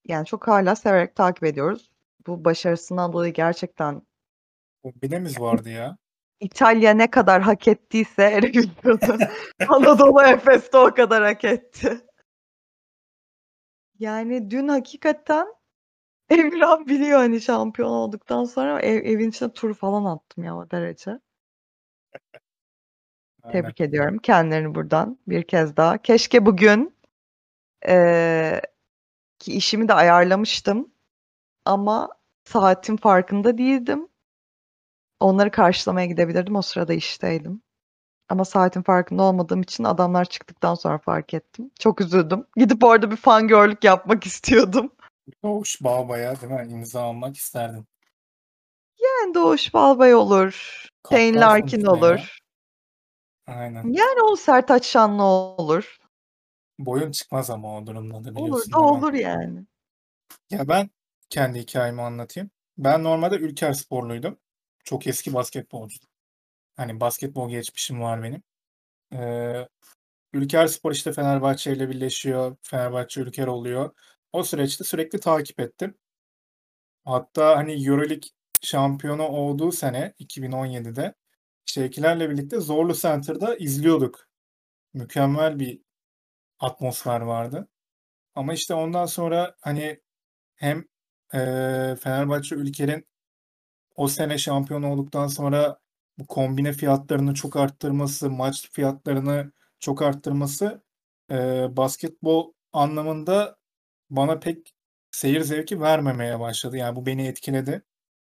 Yani çok hala severek takip ediyoruz. Bu başarısından dolayı gerçekten Kombinemiz vardı ya. İtalya ne kadar hak ettiyse Ereğli'de Anadolu Efes de o kadar hak etti. Yani dün hakikaten Emirhan biliyor hani şampiyon olduktan sonra ev, evin içine tur falan attım ya o derece. Aynen. Tebrik ediyorum kendilerini buradan bir kez daha. Keşke bugün eee, ki işimi de ayarlamıştım ama saatin farkında değildim. Onları karşılamaya gidebilirdim. O sırada işteydim. Ama saatin farkında olmadığım için adamlar çıktıktan sonra fark ettim. Çok üzüldüm. Gidip orada bir fangirl'lük yapmak istiyordum. Doğuş Balbay'a değil mi? İmza almak isterdim. Yani Doğuş Balbay olur. Shane Kaptan Larkin sonuçta ya. olur. Aynen. Yani o Sertaç Şanlı olur. Boyun çıkmaz ama o durumda da Olur biliyorsun da değil mi? olur yani. Ya ben kendi hikayemi anlatayım. Ben normalde Ülkersporluydum. Çok eski basketbolcu. Hani basketbol geçmişim var benim. Ee, Ülkerspor işte Fenerbahçe ile birleşiyor. Fenerbahçe Ülker oluyor. O süreçte sürekli takip ettim. Hatta hani Euroleague şampiyonu olduğu sene iki bin on yedide şeykilerle birlikte Zorlu Center'da izliyorduk. Mükemmel bir atmosfer vardı. Ama işte ondan sonra hani hem eee, Fenerbahçe Ülker'in o sene şampiyon olduktan sonra bu kombine fiyatlarını çok arttırması, maç fiyatlarını çok arttırması eee, basketbol anlamında bana pek seyir zevki vermemeye başladı. Yani bu beni etkiledi.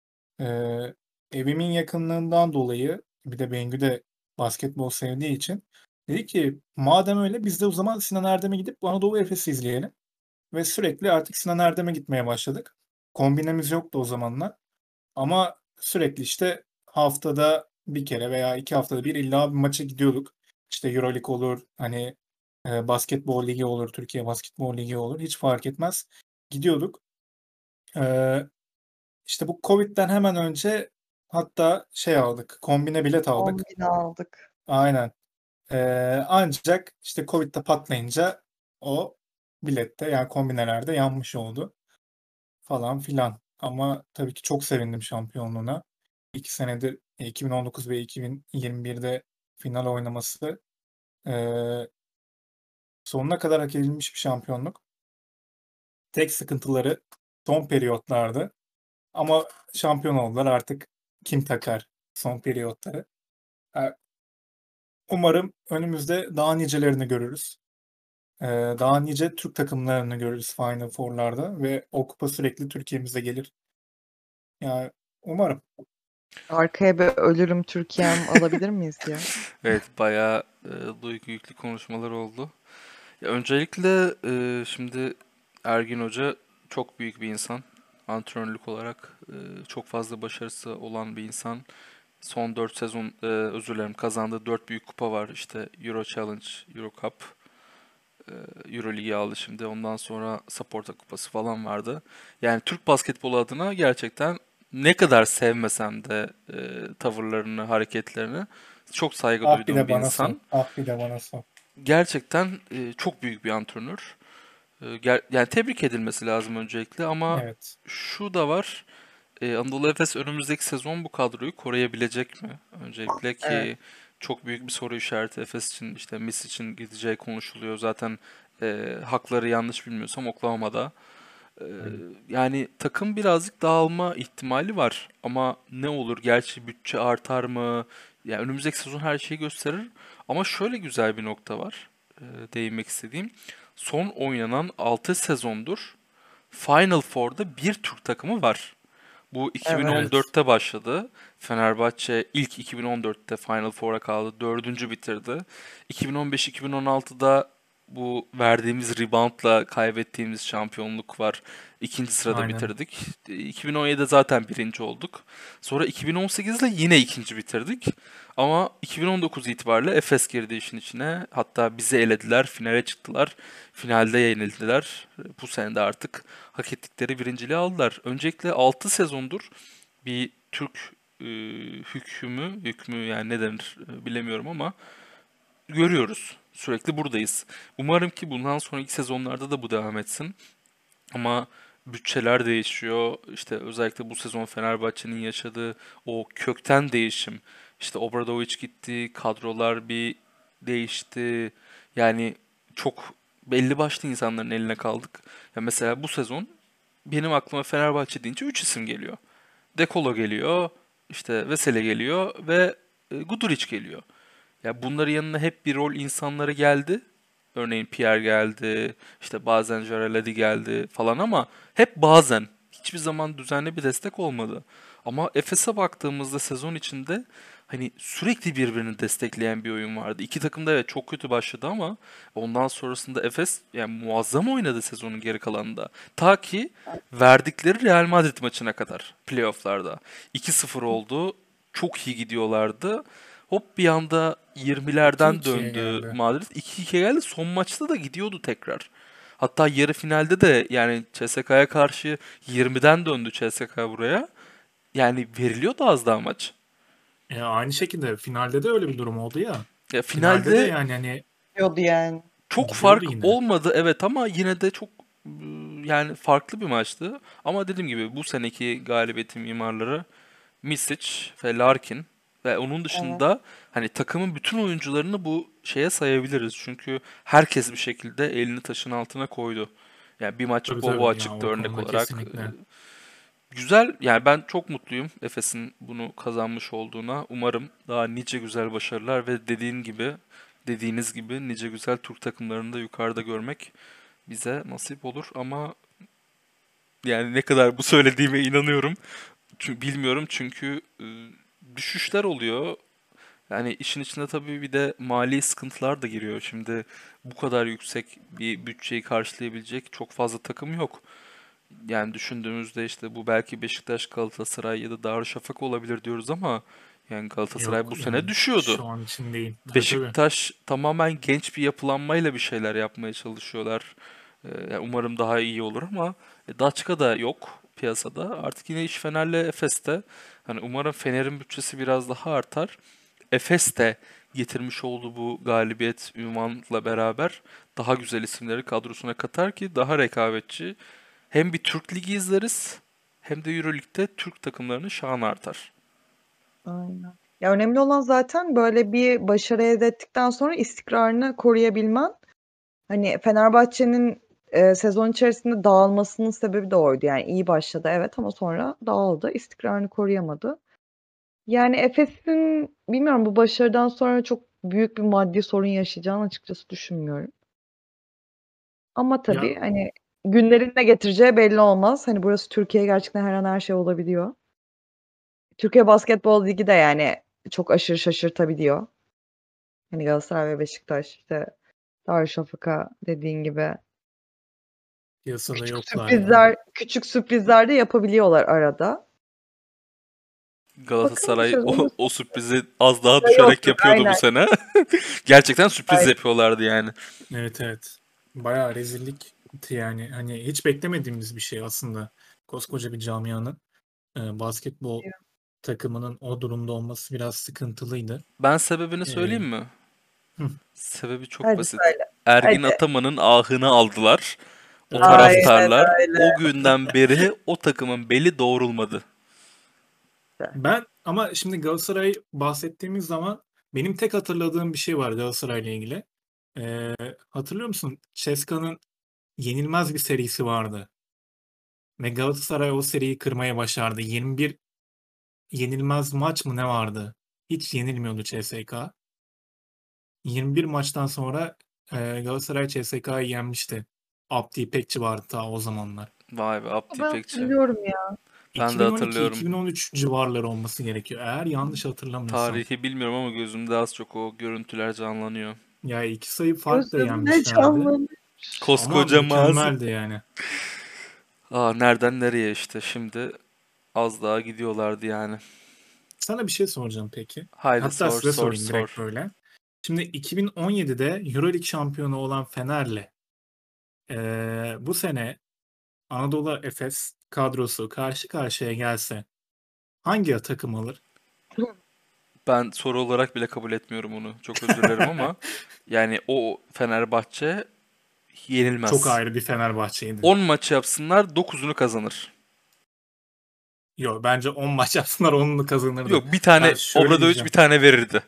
Eee, Evimin yakınlığından dolayı bir de Bengü de basketbol sevdiği için dedi ki madem öyle biz de o zaman Sinan Erdem'e gidip Anadolu Efes'i izleyelim. Ve sürekli artık Sinan Erdem'e gitmeye başladık. Kombinemiz yoktu o zamanlar. Ama sürekli işte haftada bir kere veya iki haftada bir illa bir maça gidiyorduk. İşte Euroleague olur, hani e, basketbol ligi olur, Türkiye Basketbol Ligi olur. Hiç fark etmez. Gidiyorduk. E, işte bu Covid'den hemen önce hatta şey aldık, kombine bilet aldık. Kombine aldık. Aynen. E, ancak işte Covid'de patlayınca o bilette yani kombinelerde yanmış oldu. Falan filan. Ama tabii ki çok sevindim şampiyonluğuna. İki senedir e, iki bin on dokuz ve iki bin yirmi birde final oynaması eee, sonuna kadar hak edilmiş bir şampiyonluk. Tek sıkıntıları son periyotlardı. Ama şampiyon oldular artık kim takar son periyotları. Ha, umarım önümüzde daha nicelerini görürüz. Eee, daha nice Türk takımlarını görürüz Final Four'larda ve o kupa sürekli Türkiye'mize gelir. Yani umarım. Arkaya bir ölürüm Türkiye'm alabilir miyiz ya? Evet, bayağı e, duygu yüklü konuşmalar oldu. Ya öncelikle e, şimdi Ergin Hoca çok büyük bir insan. Antrenörlük olarak e, çok fazla başarısı olan bir insan. Son dört sezon, e, özür dilerim, kazandığı dört büyük kupa var. İşte Euro Challenge, Euro Cup, e, Euro Ligi aldı şimdi. Ondan sonra Saporta Kupası falan vardı. Yani Türk basketbolu adına gerçekten ne kadar sevmesem de e, tavırlarını, hareketlerini çok saygı Ah bir duyduğum de bir bana sor. insan. Ah bir de bana sor. Gerçekten e, çok büyük bir antrenör. E, ger- yani tebrik edilmesi lazım öncelikle ama Evet. şu da var. E, Anadolu Efes önümüzdeki sezon bu kadroyu koruyabilecek mi? Öncelikle Evet. ki çok büyük bir soru işareti Efes için, işte Miss için gideceği konuşuluyor. Zaten e, hakları yanlış bilmiyorsam Oklahoma'da. E, Aynen. yani takım birazcık dağılma ihtimali var. Ama ne olur? Gerçi bütçe artar mı? Yani önümüzdeki sezon her şeyi gösterir. Ama şöyle güzel bir nokta var. E, değinmek istediğim. Son oynanan altı sezondur Final Four'da bir Türk takımı var. Bu Evet. Evet. iki bin on dörtte başladı. Fenerbahçe ilk iki bin on dörtte Final Four'a kaldı. Dördüncü bitirdi. iki bin on beş-iki bin on altıda bu verdiğimiz reboundla kaybettiğimiz şampiyonluk var. İkinci sırada Aynen. bitirdik. iki bin on yedide zaten birinci olduk. Sonra iki bin on sekizde yine ikinci bitirdik. Ama iki bin on dokuz itibariyle Efes girdi işin içine. Hatta bizi elediler, finale çıktılar. Finalde yenildiler. Bu sene de artık hak ettikleri birinciliği aldılar. Öncelikle altı sezondur bir Türk e, hükmü, hükmü yani ne denir e, bilemiyorum ama görüyoruz. Sürekli buradayız. Umarım ki bundan sonraki sezonlarda da bu devam etsin. Ama bütçeler değişiyor. İşte özellikle bu sezon Fenerbahçe'nin yaşadığı o kökten değişim. İşte Obradoviç gitti, kadrolar bir değişti. Yani çok belli başlı insanların eline kaldık. Ya mesela bu sezon benim aklıma Fenerbahçe deyince üç isim geliyor. Dekolo geliyor, işte Veseli geliyor ve e, Guduric geliyor. Ya bunların yanına hep bir rol insanları geldi. Örneğin Pierre geldi, işte bazen Jareladi geldi falan ama hep bazen. Hiçbir zaman düzenli bir destek olmadı. Ama Efes'e baktığımızda sezon içinde hani sürekli birbirini destekleyen bir oyun vardı. İki takım da evet çok kötü başladı ama ondan sonrasında Efes yani muazzam oynadı sezonun geri kalanında. Ta ki verdikleri Real Madrid maçına kadar playoff'larda. iki sıfır oldu. Çok iyi gidiyorlardı. Hop bir anda iki yirmilerden ikiye döndü geldi. Madrid. iki ikiye geldi. Son maçta da gidiyordu tekrar. Hatta yarı finalde de yani C S K A'ya karşı yirmiden döndü C S K A buraya. Yani veriliyordu az daha maç. E, aynı şekilde finalde de öyle bir durum oldu ya. Ya Finalde de finalde yani hani Diyordu yani. çok gidiyordu fark yine. olmadı evet ama yine de çok ıı, yani farklı bir maçtı. Ama dediğim gibi bu seneki galibiyetin mimarları Misic ve Larkin ve onun Evet. dışında hani takımın bütün oyuncularını bu şeye sayabiliriz. Çünkü herkes bir şekilde elini taşın altına koydu. Yani bir maç Tabii Bobo tabii ya, çıktı o örnek konuda olarak. kesinlikle. Güzel yani ben çok mutluyum Efes'in bunu kazanmış olduğuna. Umarım daha nice güzel başarılar ve dediğin gibi dediğiniz gibi nice güzel Türk takımlarını da yukarıda görmek bize nasip olur ama yani ne kadar bu söylediğime inanıyorum. Çünkü bilmiyorum çünkü e, düşüşler oluyor. Yani işin içine tabii bir de mali sıkıntılar da giriyor. Şimdi bu kadar yüksek bir bütçeyi karşılayabilecek çok fazla takım yok. Yani düşündüğümüzde işte bu belki Beşiktaş, Galatasaray ya da Darüşşafaka olabilir diyoruz ama yani Galatasaray Yok bu sene yani düşüyordu. şu an için değil. Tabii tabii. Beşiktaş tamamen genç bir yapılanmayla bir şeyler yapmaya çalışıyorlar. Ee, yani umarım daha iyi olur ama e, Daçka da yok piyasada. Artık yine iş Fener'le Efes'te. Hani umarım Fener'in bütçesi biraz daha artar. Efes de getirmiş olduğu bu galibiyet ünvanla beraber daha güzel isimleri kadrosuna katar ki daha rekabetçi. Hem bir Türk Ligi izleriz hem de Euroleague'de Türk takımlarının şanı artar. Aynen. Ya önemli olan zaten böyle bir başarı elde ettikten sonra istikrarını koruyabilmen. Hani Fenerbahçe'nin e, sezon içerisinde dağılmasının sebebi de oydu. Yani iyi başladı evet ama sonra dağıldı. İstikrarını koruyamadı. Yani Efes'in bilmiyorum bu başarıdan sonra çok büyük bir maddi sorun yaşayacağını açıkçası düşünmüyorum. Ama tabii Ya hani günlerin ne getireceği belli olmaz. Hani burası Türkiye, gerçekten her an her şey olabiliyor. Türkiye Basketbol Ligi de yani çok aşırı şaşırtabiliyor. Hani Galatasaray ve Beşiktaş işte Darüşşafaka dediğin gibi piyasada küçük yoklar ya. sürprizler küçük sürprizler de yapabiliyorlar arada. Bakalım Galatasaray o, sezonun o sürprizi az daha sonunda düşerek yoktur. yapıyordu bu Aynen. sene. Gerçekten sürpriz Aynen. yapıyorlardı yani. Evet evet. Bayağı rezillikti yani. Hani hiç beklemediğimiz bir şey aslında. Koskoca bir camianın e, basketbol takımının o durumda olması biraz sıkıntılıydı. Ben sebebini E, söyleyeyim mi? hı. Sebebi çok Hadi basit. söyle. Ergin Hadi. Ataman'ın ahını aldılar. O Evet. Aynen taraftarlar öyle. o günden beri o takımın beli doğrulmadı. Ben ama şimdi Galatasaray bahsettiğimiz zaman benim tek hatırladığım bir şey var Galatasaray'la ilgili. E, hatırlıyor musun? Ceska'nın yenilmez bir serisi vardı. Ve Galatasaray o seriyi kırmaya başardı. yirmi bir yenilmez maç mı ne vardı? Hiç yenilmiyordu C S K. yirmi bir maçtan sonra e, Galatasaray C S K'yı yenmişti. Abdi İpekçi vardı ta o zamanlar. Vay be Abdi Ben İpekçi. hatırlıyorum ya. Ben de hatırlıyorum. iki bin on iki iki bin on üç civarları olması gerekiyor. Eğer yanlış hatırlamıyorsam. Tarihi bilmiyorum ama gözümde az çok o görüntüler canlanıyor. Ya iki sayı farkla Gözümde yenmişlerdi. canlanır. Ama Koskoca mazi. mükemmeldi yani. Aa, nereden nereye işte şimdi az daha gidiyorlardı yani. Sana bir şey soracağım peki. Haydi Hatta sor size sor sorayım direkt sor. böyle. Şimdi iki bin on yedide Euroleague şampiyonu olan Fener'le e, bu sene Anadolu Efes kadrosu karşı karşıya gelse hangi takım alır? Ben soru olarak bile kabul etmiyorum onu. Çok özür dilerim ama yani o Fenerbahçe yenilmez. Çok ayrı bir Fenerbahçe'ydi. on maç yapsınlar dokuzunu kazanır. Yok bence on maç yapsınlar onunu kazanırdı. Yok bir tane Ben şöyle Obradoviç diyeceğim. bir tane verirdi.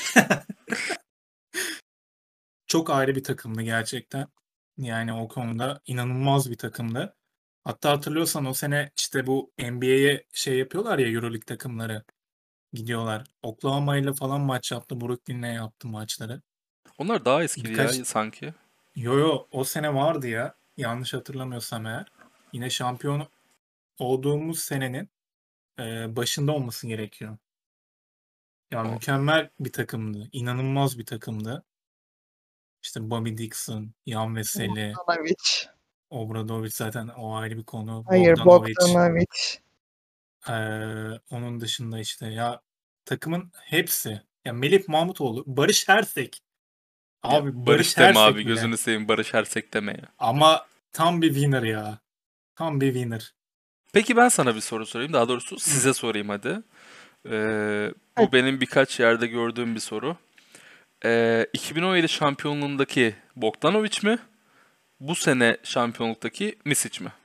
Çok ayrı bir takımdı gerçekten. Yani o konuda inanılmaz bir takımdı. Hatta hatırlıyorsan o sene işte bu N B A'ye şey yapıyorlar ya EuroLeague takımları gidiyorlar. Oklahoma ile falan maç yaptı. Brooklyn'le yaptı maçları. Onlar daha eskidi Birkaç ya sanki. yo yo o sene vardı ya. Yanlış hatırlamıyorsam eğer. Yine şampiyon olduğumuz senenin e, başında olması gerekiyor. Ya O, mükemmel bir takımdı. İnanılmaz bir takımdı. İşte Bobby Dixon, Jan Veseli, Bogdanovic. Obradovic zaten o ayrı bir konu. Hayır, Bogdanovic. Bogdanovic. Eee, onun dışında işte ya takımın hepsi. Ya Melih Mahmutoğlu, Barış Hersek. ya Abi Barış Barış deme abi, Hersek bile. gözünü seveyim, Barış Hersek deme ya. Ama tam bir winner ya. Tam bir winner. Peki ben sana bir soru sorayım. Daha doğrusu Hı. size sorayım hadi. Ee, bu Evet, benim birkaç yerde gördüğüm bir soru. Ee, iki bin on yedi şampiyonluğundaki Bogdanovic mi? Bu sene şampiyonluktaki Misic mi?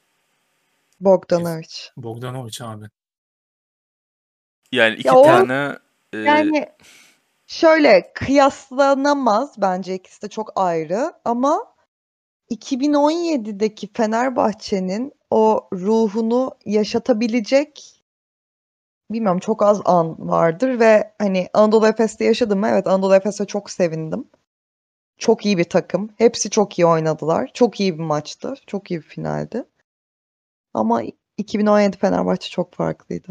Kes- Bogdanovic. Bogdanovic abi. Yani Ya iki o tane e, yani şöyle kıyaslanamaz, bence ikisi de çok ayrı, ama iki bin on yedideki Fenerbahçe'nin o ruhunu yaşatabilecek, bilmiyorum, çok az an vardır ve hani Anadolu Efes'te yaşadım mı? Evet, Anadolu Efes'e çok sevindim. Çok iyi bir takım. Hepsi çok iyi oynadılar. Çok iyi bir maçtı. Çok iyi bir finaldi. Ama iki bin on yedi Fenerbahçe çok farklıydı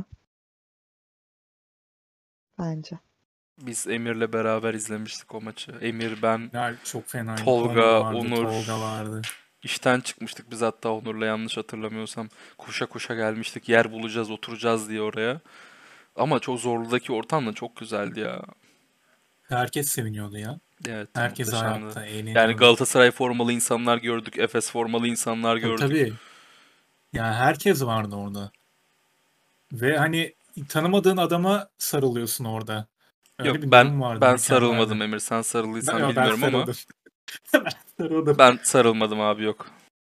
bence. biz Emir'le beraber izlemiştik o maçı. Emir, ben, Ya çok fenaydı. Onur Tolga, vardı, Onur. Tolga vardı. İşten çıkmıştık biz hatta Onur'la, yanlış hatırlamıyorsam. Koşa koşa gelmiştik. Yer bulacağız, oturacağız diye oraya. Ama çok zorludaki ortam da çok güzeldi ya. Herkes seviniyordu ya. Evet, Herkes muhteşemdi. ayakta Yani eğleniyordu. Galatasaray formalı insanlar gördük, Efes formalı insanlar Tabii gördük. tabii. Yani herkes vardı orada. Ve hani tanımadığın adama sarılıyorsun orada. Yok, Öyle bir ben durum vardı, ben sarılmadım mükemmeldi. Emir. Sen Ben, sarıldıysan ya ben bilmiyorum ama sarıldım. Ben sarıldım. ben sarılmadım abi, yok.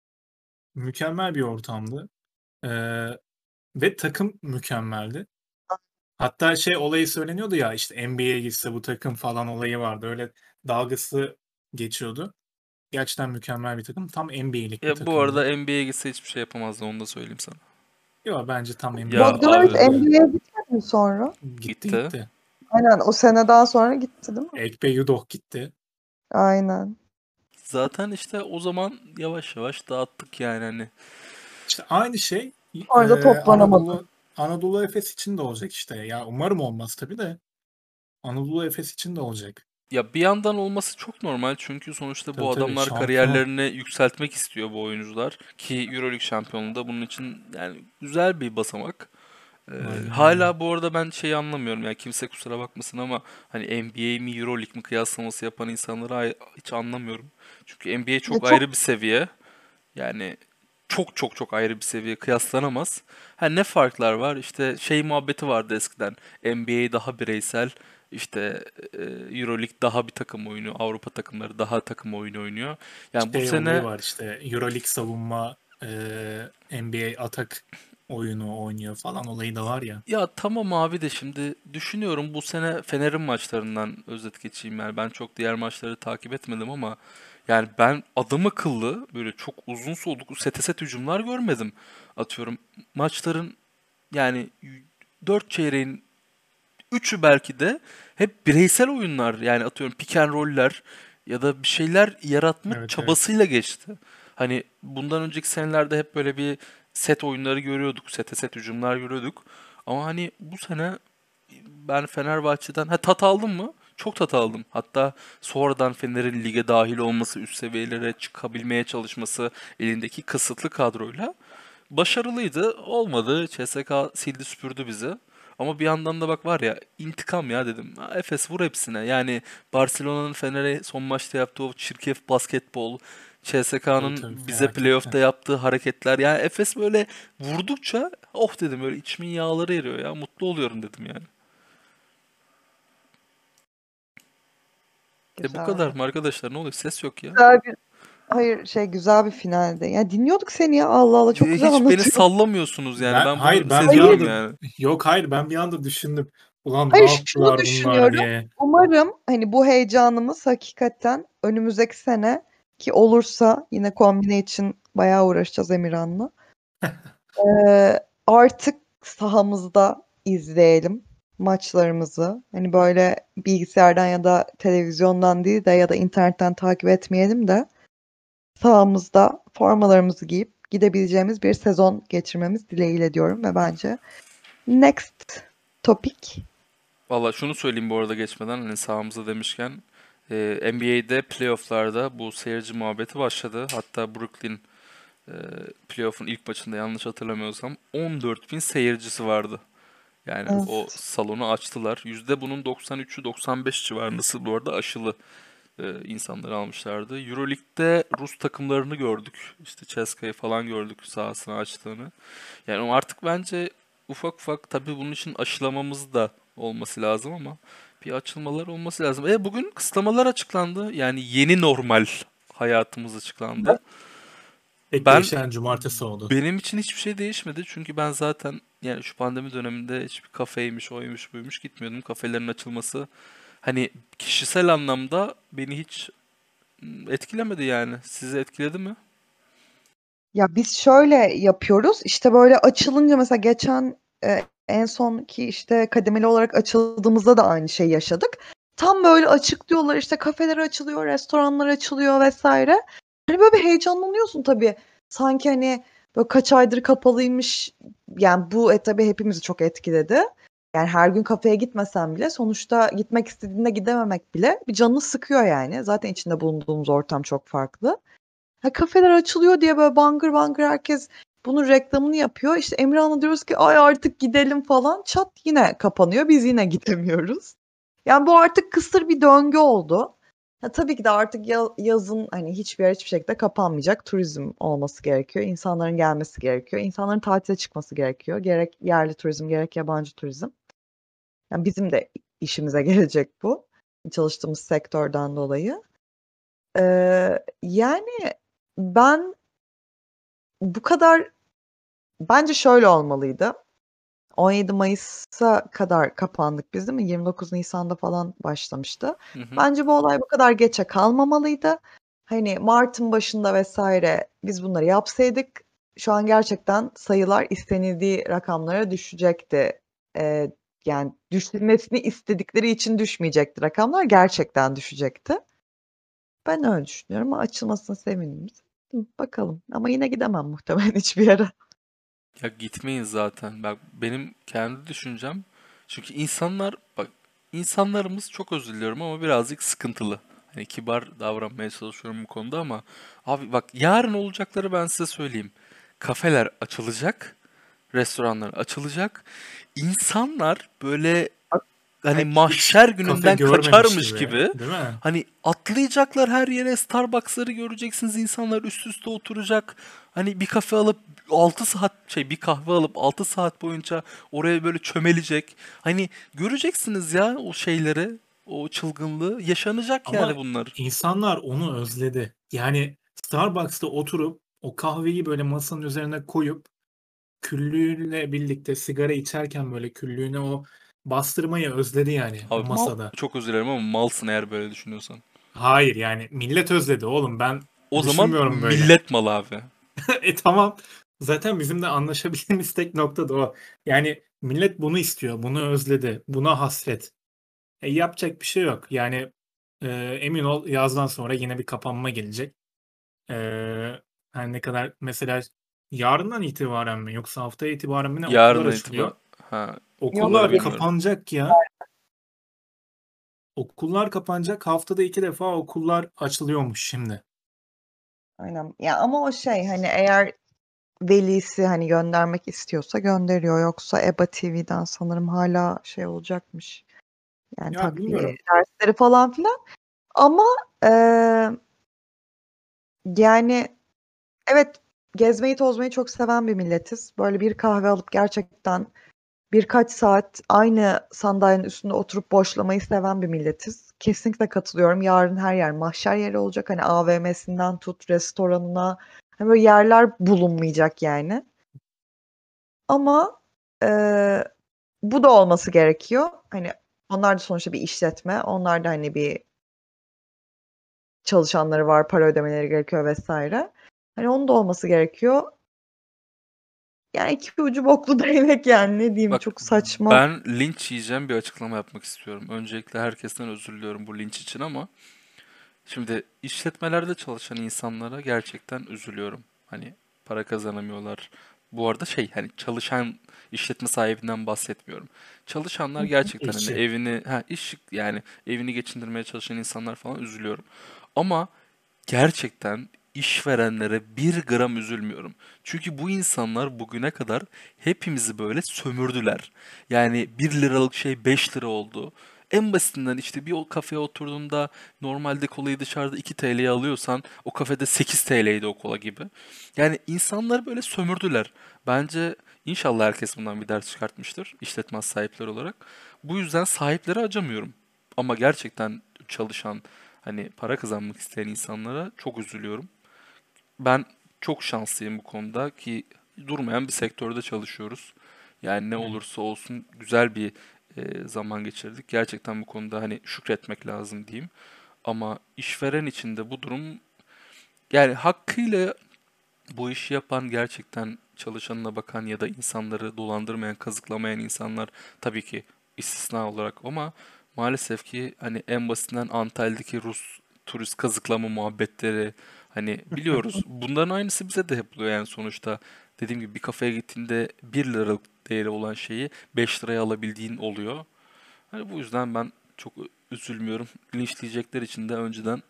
Mükemmel bir ortamdı. Ee, ve takım mükemmeldi. Hatta şey olayı söyleniyordu ya işte N B A'ye gitse bu takım falan olayı vardı. Öyle dalgası geçiyordu. Gerçekten mükemmel bir takım. Tam N B A'lik bir Ya bu takımdı. arada N B A'ye gitse hiçbir şey yapamazdı, onu da söyleyeyim sana. Yok bence tam N B Ya A'lik bir Bogdanovic abi, takımdı. N B A'ye gitmedi mi sonra? Gitti gitti. gitti. Aynen, o seneden sonra gitti değil mi? Ekpe Udoh gitti. Aynen. Zaten işte o zaman yavaş yavaş dağıttık yani hani. İşte aynı şey e, Sonra da toplanamadı. Anadolu Anadolu Efes için de olacak işte. Ya umarım olmaz tabii de. Anadolu Efes için de olacak. Ya bir yandan olması çok normal çünkü sonuçta Tabii bu tabii adamlar şampiyon. kariyerlerini yükseltmek istiyor, bu oyuncular. Ki Euroleague şampiyonluğu da bunun için yani güzel bir basamak. Ee, Aynen öyle. hala bu arada ben şeyi anlamıyorum ya, kimse kusura bakmasın ama hani N B A mi Euroleague mi kıyaslaması yapan insanları ay- hiç anlamıyorum. Çünkü N B A Ya çok çok ayrı bir seviye. Yani çok çok çok ayrı bir seviye, kıyaslanamaz. Ha, ne farklar var? İşte şey muhabbeti vardı eskiden. N B A daha bireysel, işte e, Euroleague daha bir takım oyunu, Avrupa takımları daha takım oyunu oynuyor. Yani bu Şey olayı sene var işte Euroleague savunma e, N B A atak oyunu oynuyor falan olayı da var ya. ya tamam abi de şimdi düşünüyorum, bu sene Fener'in maçlarından özet geçeyim yani. Ben çok diğer maçları takip etmedim ama yani ben adam akıllı böyle çok uzun soluklu sete set hücumlar görmedim. Atıyorum maçların yani dört çeyreğin üçü belki de hep bireysel oyunlar, yani atıyorum pick and roll'ler ya da bir şeyler yaratma Evet evet. çabasıyla geçti. Hani bundan önceki senelerde hep böyle bir set oyunları görüyorduk, sete set hücumlar görüyorduk. Ama hani bu sene ben Fenerbahçe'den ha tat aldım mı? Çok tat aldım. Hatta sonradan Fener'in lige dahil olması, üst seviyelere çıkabilmeye çalışması elindeki kısıtlı kadroyla başarılıydı. Olmadı. C S K sildi süpürdü bizi. Ama bir yandan da bak var ya, intikam ya dedim. Ha, Efes vur hepsine. Yani Barcelona'nın Fener'e son maçta yaptığı o çirkef basketbol, Tabii C S K'nın tabii bize felaketti. playoff'ta yaptığı hareketler. Yani Efes böyle vurdukça oh dedim, böyle içimin yağları eriyor ya. Mutlu oluyorum dedim yani. E bu kadar güzeldi. mı arkadaşlar? Ne oluyor? Ses yok ya. Güzel bir Hayır şey güzel bir finaldi. Ya dinliyorduk seni ya. Allah Allah çok Hiç güzel beni anlatıyorsun. sallamıyorsunuz yani. Ben Ben hayır bunu ben bir seziyorum anda yani. yok hayır ben bir anda düşündüm. Ulan ne Hayır şunu yaptılar bunlar düşünüyorum. diye. Umarım hani bu heyecanımız hakikaten önümüzdeki sene ki olursa yine kombine için bayağı uğraşacağız Emirhan'la. Ee, artık sahamızda izleyelim maçlarımızı. Hani böyle bilgisayardan ya da televizyondan değil de ya da internetten takip etmeyelim de sahamızda formalarımızı giyip gidebileceğimiz bir sezon geçirmemiz dileğiyle diyorum ve bence next topic. Valla şunu söyleyeyim bu arada geçmeden hani sahamıza demişken e, N B A'de playofflarda bu seyirci muhabbeti başladı. Hatta Brooklyn e, playoff'un ilk maçında yanlış hatırlamıyorsam on dört bin seyircisi vardı. Yani o Evet. salonu açtılar. Yüzde bunun doksan üçü doksan beş civarında bu arada aşılı e, insanları almışlardı. Euroleague'de Rus takımlarını gördük. İşte Ceska'yı falan gördük sahasını açtığını. Yani o artık bence ufak ufak tabii bunun için aşılamamız da olması lazım ama bir açılmalar olması lazım. E bugün kısıtlamalar açıklandı. Yani yeni normal hayatımız açıklandı. Tek Ben değişen cumartesi oldu. benim için hiçbir şey değişmedi. Çünkü ben zaten yani şu pandemi döneminde hiçbir kafeymiş, oymuş, buymuş gitmiyordum. Kafelerin açılması hani kişisel anlamda beni hiç mm, etkilemedi yani. Sizi etkiledi mi? Ya biz şöyle yapıyoruz. İşte böyle açılınca mesela geçen e, en sonki işte kademeli olarak açıldığımızda da aynı şeyi yaşadık. Tam böyle açıklıyorlar işte kafeler açılıyor, restoranlar açılıyor vesaire. Hani böyle bir heyecanlanıyorsun tabii. Sanki hani böyle kaç aydır kapalıymış. Yani bu e, tabii hepimizi çok etkiledi. Yani her gün kafeye gitmesen bile sonuçta gitmek istediğinde gidememek bile bir canını sıkıyor yani. Zaten içinde bulunduğumuz ortam çok farklı. Ha, kafeler açılıyor diye böyle bangır bangır herkes bunun reklamını yapıyor. İşte Emirhan'a diyoruz ki ay artık gidelim falan. Çat yine kapanıyor. Biz yine gidemiyoruz. Yani bu artık kısır bir döngü oldu. Ha, tabii ki de artık ya- yazın hani hiçbir yer hiçbir şekilde kapanmayacak. Turizm olması gerekiyor. İnsanların gelmesi gerekiyor. İnsanların tatile çıkması gerekiyor. Gerek yerli turizm gerek yabancı turizm. Yani bizim de işimize gelecek bu. Çalıştığımız sektörden dolayı. Ee, yani ben bu kadar bence şöyle olmalıydı. on yedi Mayıs'a kadar kapandık biz değil mi? yirmi dokuz Nisan'da falan başlamıştı. Hı hı. Bence bu olay bu kadar geçe kalmamalıydı. Hani Mart'ın başında vesaire biz bunları yapsaydık şu an gerçekten sayılar istenildiği rakamlara düşecekti. Ee, yani düşürmesini istedikleri için düşmeyecekti rakamlar gerçekten düşecekti. Ben öyle düşünüyorum ama açılmasına sevindim. Bakalım ama yine gidemem muhtemelen hiçbir yere. Ya gitmeyin zaten. Bak benim kendi düşüncem. Çünkü insanlar bak insanlarımız çok özür diliyorum ama birazcık sıkıntılı. Hani kibar davranmaya çalışıyorum bu konuda ama abi bak yarın olacakları ben size söyleyeyim. Kafeler açılacak, restoranlar açılacak. İnsanlar böyle hani Ay, Hiç mahşer kafe gününden görmemiş kaçarmış gibi, gibi değil mi? hani atlayacaklar her yere Starbucks'ları göreceksiniz insanlar üst üste oturacak. Hani bir kafe alıp altı saat şey bir kahve alıp altı saat boyunca oraya böyle çömelecek. Hani göreceksiniz ya o şeyleri, o çılgınlığı yaşanacak yani Ama bunlar. insanlar onu özledi. Yani Starbucks'ta oturup o kahveyi böyle masanın üzerine koyup küllüğüyle birlikte sigara içerken böyle küllüğüne o bastırmayı özledi yani o Abi mal masada. çok özür dilerim ama malsın eğer böyle düşünüyorsan. Hayır yani millet özledi oğlum ben O zaman düşünmüyorum böyle. millet malı abi. E tamam. Zaten bizim de anlaşabildiğimiz tek nokta da o. Yani millet bunu istiyor, bunu özledi, buna hasret. E, yapacak bir şey yok. Yani e, emin ol yazdan sonra yine bir kapanma gelecek. E, her ne kadar mesela yarından itibaren mi yoksa haftaya itibaren mi ne okullar Yarından itibaren açılıyor. ha yok okulları Okullar bilmiyorum. kapanacak ya. Okullar kapanacak. Haftada iki defa okullar açılıyormuş şimdi. aynen. Ya ama o şey hani eğer velisi hani göndermek istiyorsa gönderiyor. Yoksa E B A T V'den sanırım hala şey olacakmış. Yani Ya takviye bilmiyorum. dersleri falan filan. Ama eee, yani evet gezmeyi tozmayı çok seven bir milletiz. Böyle bir kahve alıp gerçekten birkaç saat aynı sandalyenin üstünde oturup boşlamayı seven bir milletiz. Kesinlikle katılıyorum. Yarın her yer mahşer yeri olacak. Hani A V M'sinden tut restoranına. Hani böyle yerler bulunmayacak yani. Ama eee, bu da olması gerekiyor. Hani onlar da sonuçta bir işletme. Onlar da hani bir çalışanları var, para ödemeleri gerekiyor vesaire. Hani onun da olması gerekiyor. Yani iki ucu boklu değnek yani ne diyeyim Bak, çok saçma. ben linç yiyeceğim bir açıklama yapmak istiyorum. Öncelikle herkesten özür diliyorum bu linç için ama şimdi işletmelerde çalışan insanlara gerçekten üzülüyorum. Hani para kazanamıyorlar. Bu arada şey hani çalışan işletme sahibinden bahsetmiyorum. Çalışanlar gerçekten hani İşçi. evini ha iş yani evini geçindirmeye çalışan insanlar falan üzülüyorum. Ama gerçekten işverenlere bir gram üzülmüyorum. Çünkü bu insanlar bugüne kadar hepimizi böyle sömürdüler. Yani bir liralık şey beş lira oldu. En basitinden işte bir o kafeye oturduğunda normalde kolayı dışarıda iki T L'ye alıyorsan o kafede sekiz T L'ydi o kola gibi. Yani insanları böyle sömürdüler. Bence inşallah herkes bundan bir ders çıkartmıştır işletme sahipleri olarak. Bu yüzden sahipleri acımıyorum. Ama gerçekten çalışan hani para kazanmak isteyen insanlara çok üzülüyorum. Ben çok şanslıyım bu konuda ki durmayan bir sektörde çalışıyoruz. Yani ne Evet. olursa olsun güzel bir e, zaman geçirdik. Gerçekten bu konuda hani şükretmek lazım diyeyim. Ama işveren için de bu durum yani hakkıyla bu işi yapan gerçekten çalışanına bakan ya da insanları dolandırmayan, kazıklamayan insanlar tabii ki istisna olarak ama maalesef ki hani en basitinden Antalya'daki Rus turist kazıklama muhabbetleri hani biliyoruz. Bunların aynısı bize de yapılıyor yani sonuçta. Dediğim gibi bir kafeye gittiğinde bir liralık değeri olan şeyi beş liraya alabildiğin oluyor. Hani bu yüzden ben çok üzülmüyorum. Linçleyecekler için de önceden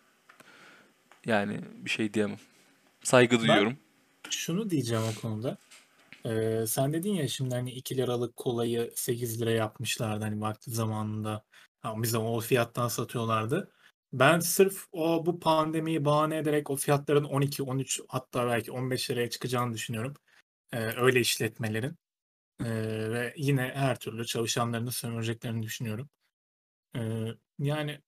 yani bir şey diyemem. Saygı Ben duyuyorum. şunu diyeceğim o konuda. Ee, sen dedin ya şimdi hani iki liralık kolayı sekiz lira yapmışlardı hani vakti zamanında. Ha, bize o fiyattan satıyorlardı. Ben sırf o bu pandemiyi bahane ederek o fiyatların on iki, on üç hatta belki on beş liraya çıkacağını düşünüyorum. Ee, öyle işletmelerin. Ee, ve yine her türlü çalışanlarını sömüreceklerini düşünüyorum. Ee, yani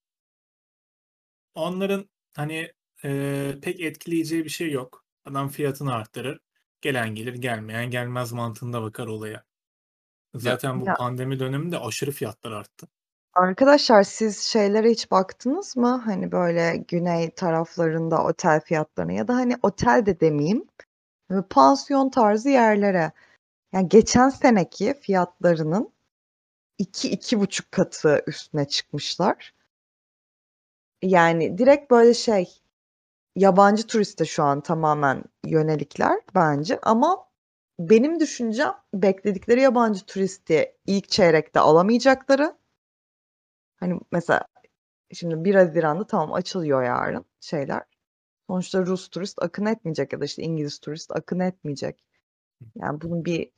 onların hani e, pek etkileyeceği bir şey yok. Adam fiyatını arttırır. Gelen gelir, gelmeyen gelmez mantığında bakar olaya. Ya Zaten bu Ya pandemi döneminde aşırı fiyatlar arttı. arkadaşlar siz şeylere hiç baktınız mı? Hani böyle güney taraflarında otel fiyatlarına ya da hani otel de demeyeyim. Böyle pansiyon tarzı yerlere. Yani geçen seneki fiyatlarının iki iki buçuk katı üstüne çıkmışlar. Yani direkt böyle şey yabancı turiste şu an tamamen yönelikler bence ama benim düşüncem bekledikleri yabancı turisti ilk çeyrekte alamayacakları. Hani mesela şimdi bir Haziran'da tamam açılıyor yarın şeyler. Sonuçta Rus turist akın etmeyecek ya da işte İngiliz turist akın etmeyecek. Yani bunun bir,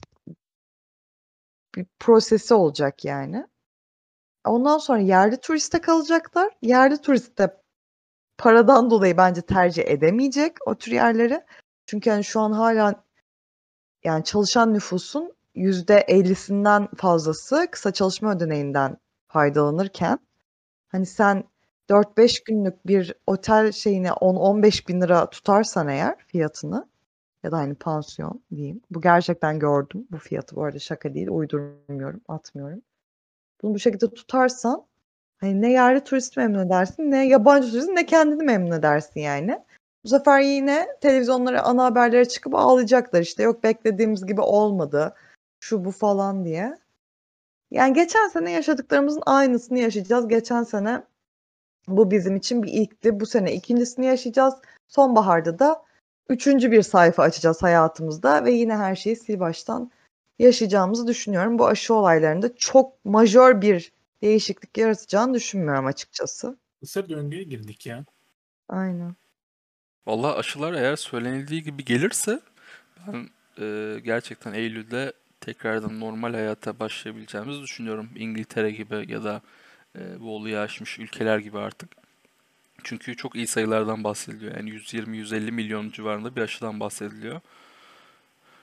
bir prosesi olacak yani. Ondan sonra yerli turiste kalacaklar. Yerli turist de paradan dolayı bence tercih edemeyecek o tür yerleri. Çünkü hani şu an hala yani çalışan nüfusun yüzde ellisinden fazlası kısa çalışma ödeneğinden faydalanırken hani sen dört beş günlük bir otel şeyine on on beş bin lira tutarsan eğer fiyatını ya da hani pansiyon diyeyim. Bu gerçekten gördüm bu fiyatı bu arada şaka değil uydurmuyorum atmıyorum. Bunu bu şekilde tutarsan hani ne yerli turist memnun edersin ne yabancı turist ne kendini memnun edersin yani. Bu sefer yine televizyonlara ana haberlere çıkıp ağlayacaklar işte yok beklediğimiz gibi olmadı şu bu falan diye. Yani geçen sene yaşadıklarımızın aynısını yaşayacağız. Geçen sene bu bizim için bir ilkti. Bu sene ikincisini yaşayacağız. Sonbaharda da üçüncü bir sayfa açacağız hayatımızda ve yine her şeyi sil baştan yaşayacağımızı düşünüyorum. Bu aşı olaylarında çok majör bir değişiklik yaratacağını düşünmüyorum açıkçası. Kısır döngüye girdik ya. Aynen. vallahi aşılar eğer söylenildiği gibi gelirse ben e, gerçekten Eylül'de tekrardan normal hayata başlayabileceğimizi düşünüyorum. İngiltere gibi ya da e, bu olayı aşmış ülkeler gibi artık. Çünkü çok iyi sayılardan bahsediliyor. Yani yüz yirmi yüz elli milyon civarında bir aşıdan bahsediliyor.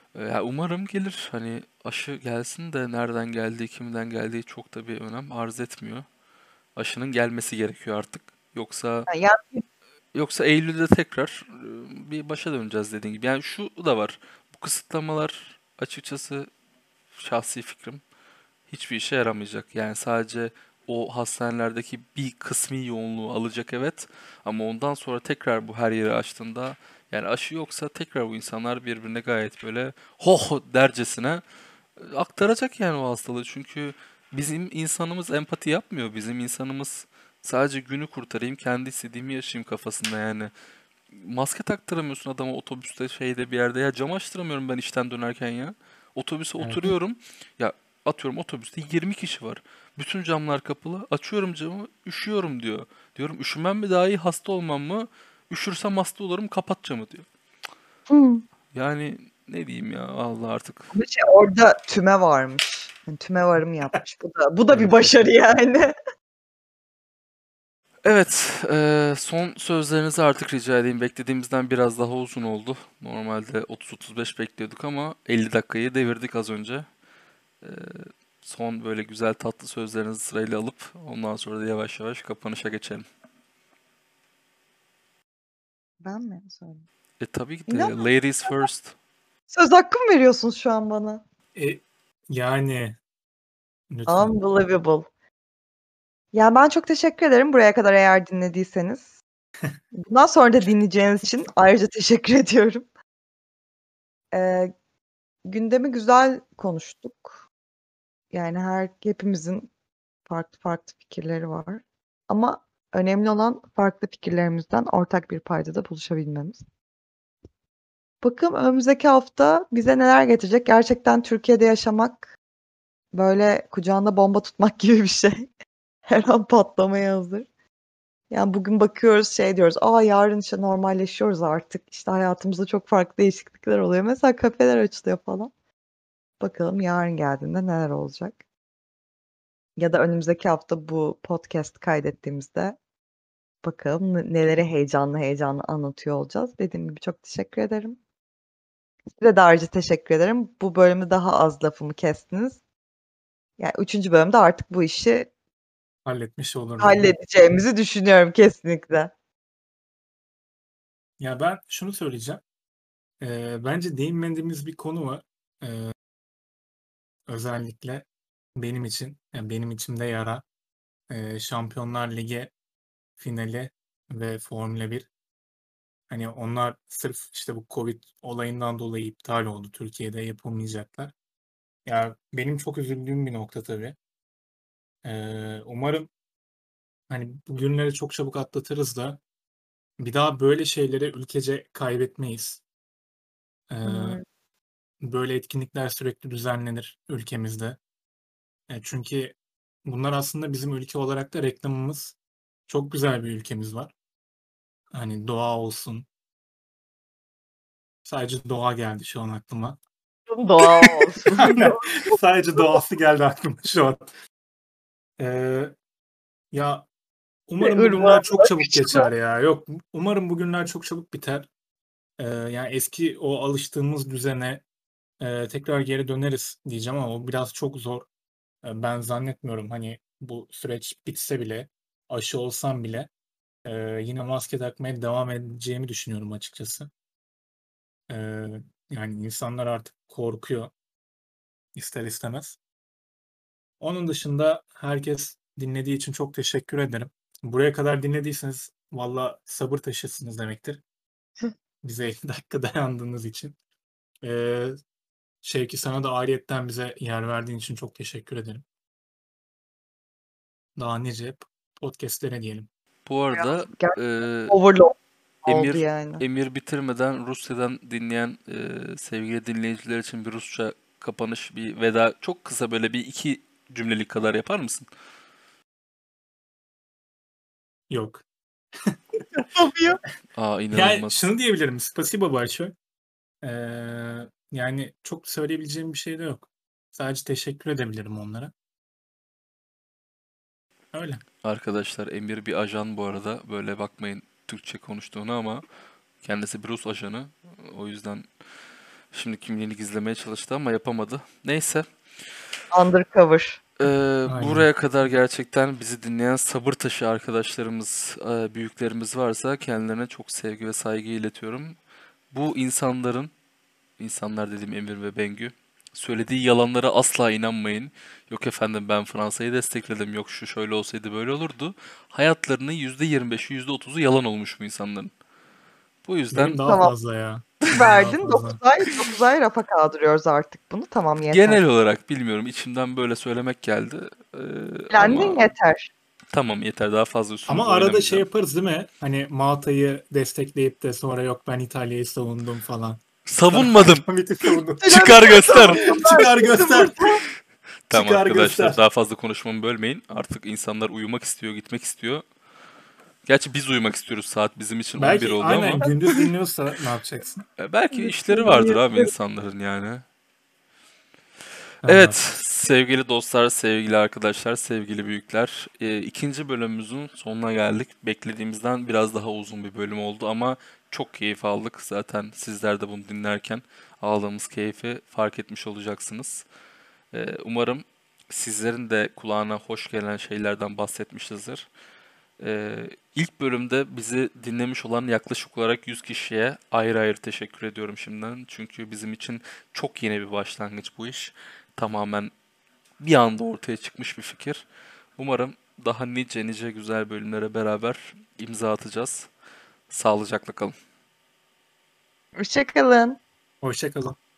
E, ya umarım gelir. Hani aşı gelsin de nereden geldiği, kimden geldiği çok da bir önem arz etmiyor. Aşının gelmesi gerekiyor artık. Yoksa Ha, yani yoksa Eylül'de tekrar e, bir başa döneceğiz dediğin gibi. Yani şu da var. Bu kısıtlamalar açıkçası şahsi fikrim hiçbir işe yaramayacak. Yani sadece o hastanelerdeki bir kısmi yoğunluğu alacak, evet. Ama ondan sonra tekrar bu her yeri açtığında, yani aşı yoksa tekrar bu insanlar birbirine gayet böyle ho dercesine e, aktaracak yani o hastalığı. Çünkü bizim insanımız empati yapmıyor. Bizim insanımız sadece günü kurtarayım, kendi istediğimi yaşayayım kafasında yani. Maske taktıramıyorsun adama otobüste, şeyde, bir yerde. Ya cam açtıramıyorum ben işten dönerken ya. Otobüse Evet. oturuyorum. Ya atıyorum otobüste yirmi kişi var. Bütün camlar kapalı. Açıyorum camı, üşüyorum diyor. Diyorum üşümem mi daha iyi, hasta olmam mı? Üşürsem hasta olurum, kapat camı diyor. hı. Yani ne diyeyim ya, Allah artık. Ama şey, orada tüme varmış. Yani tüme varım yapmış. Bu da bu da bir Evet, evet. başarı yani. Evet, eee, son sözlerinizi artık rica edeyim. Beklediğimizden biraz daha uzun oldu. Normalde otuz otuz beş bekliyorduk ama elli dakikayı devirdik az önce. Eee, son böyle güzel tatlı sözlerinizi sırayla alıp ondan sonra da yavaş yavaş kapanışa geçelim. Ben mi söyleyeyim? E tabii ki de İnan ladies first. söz hakkı mı veriyorsun şu an bana? E, yani lütfen. Unbelievable. Ya ben çok teşekkür ederim buraya kadar eğer dinlediyseniz. Bundan sonra da dinleyeceğiniz için ayrıca teşekkür ediyorum. Ee, gündemi güzel konuştuk. Yani her hepimizin farklı farklı fikirleri var. Ama önemli olan farklı fikirlerimizden ortak bir paydada buluşabilmemiz. Bakalım önümüzdeki hafta bize neler getirecek. Gerçekten Türkiye'de yaşamak böyle kucağında bomba tutmak gibi bir şey. Her an patlamaya hazır. Yani bugün bakıyoruz şey diyoruz. Aa yarın işte normalleşiyoruz artık. İşte hayatımızda çok farklı değişiklikler oluyor. Mesela kafeler açılıyor falan. Bakalım yarın geldiğinde neler olacak. Ya da önümüzdeki hafta bu podcast kaydettiğimizde bakalım ne- neleri heyecanlı heyecanlı anlatıyor olacağız. Dediğim gibi çok teşekkür ederim. Size de ayrıca teşekkür ederim. Bu bölümü daha az lafımı kestiniz. Yani üçüncü bölümde artık bu işi Halletmiş oluruz umarım. halledeceğimizi düşünüyorum kesinlikle. Ya ben şunu söyleyeceğim. E, bence değinmediğimiz bir konu var. E, özellikle benim için, yani benim içimde yara. E, Şampiyonlar Ligi finali ve Formula bir. Hani onlar sırf işte bu Covid olayından dolayı iptal oldu. Türkiye'de yapılmayacaklar. Ya benim çok üzüldüğüm bir nokta tabii. Ee, umarım hani bu günleri çok çabuk atlatırız da bir daha böyle şeyleri ülkece kaybetmeyiz. Ee, Umarım. böyle etkinlikler sürekli düzenlenir ülkemizde. E, çünkü bunlar aslında bizim ülke olarak da reklamımız. Çok güzel bir ülkemiz var. Hani doğa olsun. Sadece doğa geldi şu an aklıma. Doğa olsun. Aynen. Sadece doğası geldi aklıma şu an. Ee, ya Ve umarım bu ırmağa günler çok çabuk bakışma. geçer ya. Yok, umarım bu günler çok çabuk biter. Ee, yani eski o alıştığımız düzene e, tekrar geri döneriz diyeceğim ama o biraz çok zor. E, ben zannetmiyorum hani bu süreç bitse bile, aşı olsam bile e, yine maske takmaya devam edeceğimi düşünüyorum açıkçası. E, yani insanlar artık korkuyor ister istemez. Onun dışında herkes dinlediği için çok teşekkür ederim. Buraya kadar dinlediyseniz valla sabır taşısınız demektir. Bize elli dakika dayandığınız için. Ee, Şevki sana da ayrıyetten bize yer verdiğin için çok teşekkür ederim. Daha nice podcastlere diyelim. Bu arada Gerçekten e, overload oldu Emir yani. Emir bitirmeden Rusya'dan dinleyen e, sevgili dinleyiciler için bir Rusça kapanış, bir veda, çok kısa, böyle bir iki cümlelik kadar yapar mısın? Yok. Yapamıyor. Aa, Yani inanılmaz. şunu diyebilirim. Spasibo большой. Ee, yani çok söyleyebileceğim bir şey de yok. Sadece teşekkür edebilirim onlara. Öyle. Arkadaşlar, Emir bir ajan bu arada. Böyle bakmayın Türkçe konuştuğunu ama kendisi bir Rus ajanı. O yüzden Şimdi kimliğini gizlemeye çalıştı ama yapamadı. Neyse. Undercover. Ee, Aynen. buraya kadar gerçekten bizi dinleyen sabır taşı arkadaşlarımız, e, büyüklerimiz varsa kendilerine çok sevgi ve saygı iletiyorum. Bu insanların, insanlar dediğim Emir ve Bengü, söylediği yalanlara asla inanmayın. Yok efendim ben Fransa'yı destekledim, yok şu şöyle olsaydı böyle olurdu. Hayatlarının yüzde yirmi beşi, yüzde otuzu yalan olmuş bu insanların. Bu yüzden Benim daha Tamam. fazla ya. Benim daha Verdin fazla. dokuz ay dokuz ay rafa kaldırıyoruz artık bunu. Tamam yeter. genel olarak bilmiyorum, içimden böyle söylemek geldi. Ee, Eğlendin ama yeter. tamam yeter, daha fazla üstünüze Ama arada şey oynamayacağım. yaparız değil mi? Hani Malta'yı destekleyip de sonra yok ben İtalya'yı savundum falan. Savunmadım. Hamid'i savundum. Çıkar göster. Çıkar göster. Tamam Çıkar arkadaşlar, göster. daha fazla konuşmamı bölmeyin. Artık insanlar uyumak istiyor, gitmek istiyor. Gerçi biz uyumak istiyoruz, saat bizim için on bir Belki oldu aynen ama gündüz dinliyorsa ne yapacaksın? e, belki işleri vardır abi insanların yani. Ben Evet de- sevgili dostlar, sevgili arkadaşlar, sevgili büyükler. e, ikinci bölümümüzün sonuna geldik. Beklediğimizden biraz daha uzun bir bölüm oldu ama çok keyif aldık. Zaten sizler de bunu dinlerken aldığımız keyfi fark etmiş olacaksınız. E, umarım sizlerin de kulağına hoş gelen şeylerden bahsetmişizdir. Ee, ilk bölümde bizi dinlemiş olan yaklaşık olarak yüz kişiye ayrı ayrı teşekkür ediyorum şimdiden. Çünkü bizim için çok yeni bir başlangıç bu iş. Tamamen bir anda ortaya çıkmış bir fikir. Umarım daha nice nice güzel bölümlere beraber imza atacağız. Sağlıcakla kalın. Hoşçakalın. Hoşça kalın.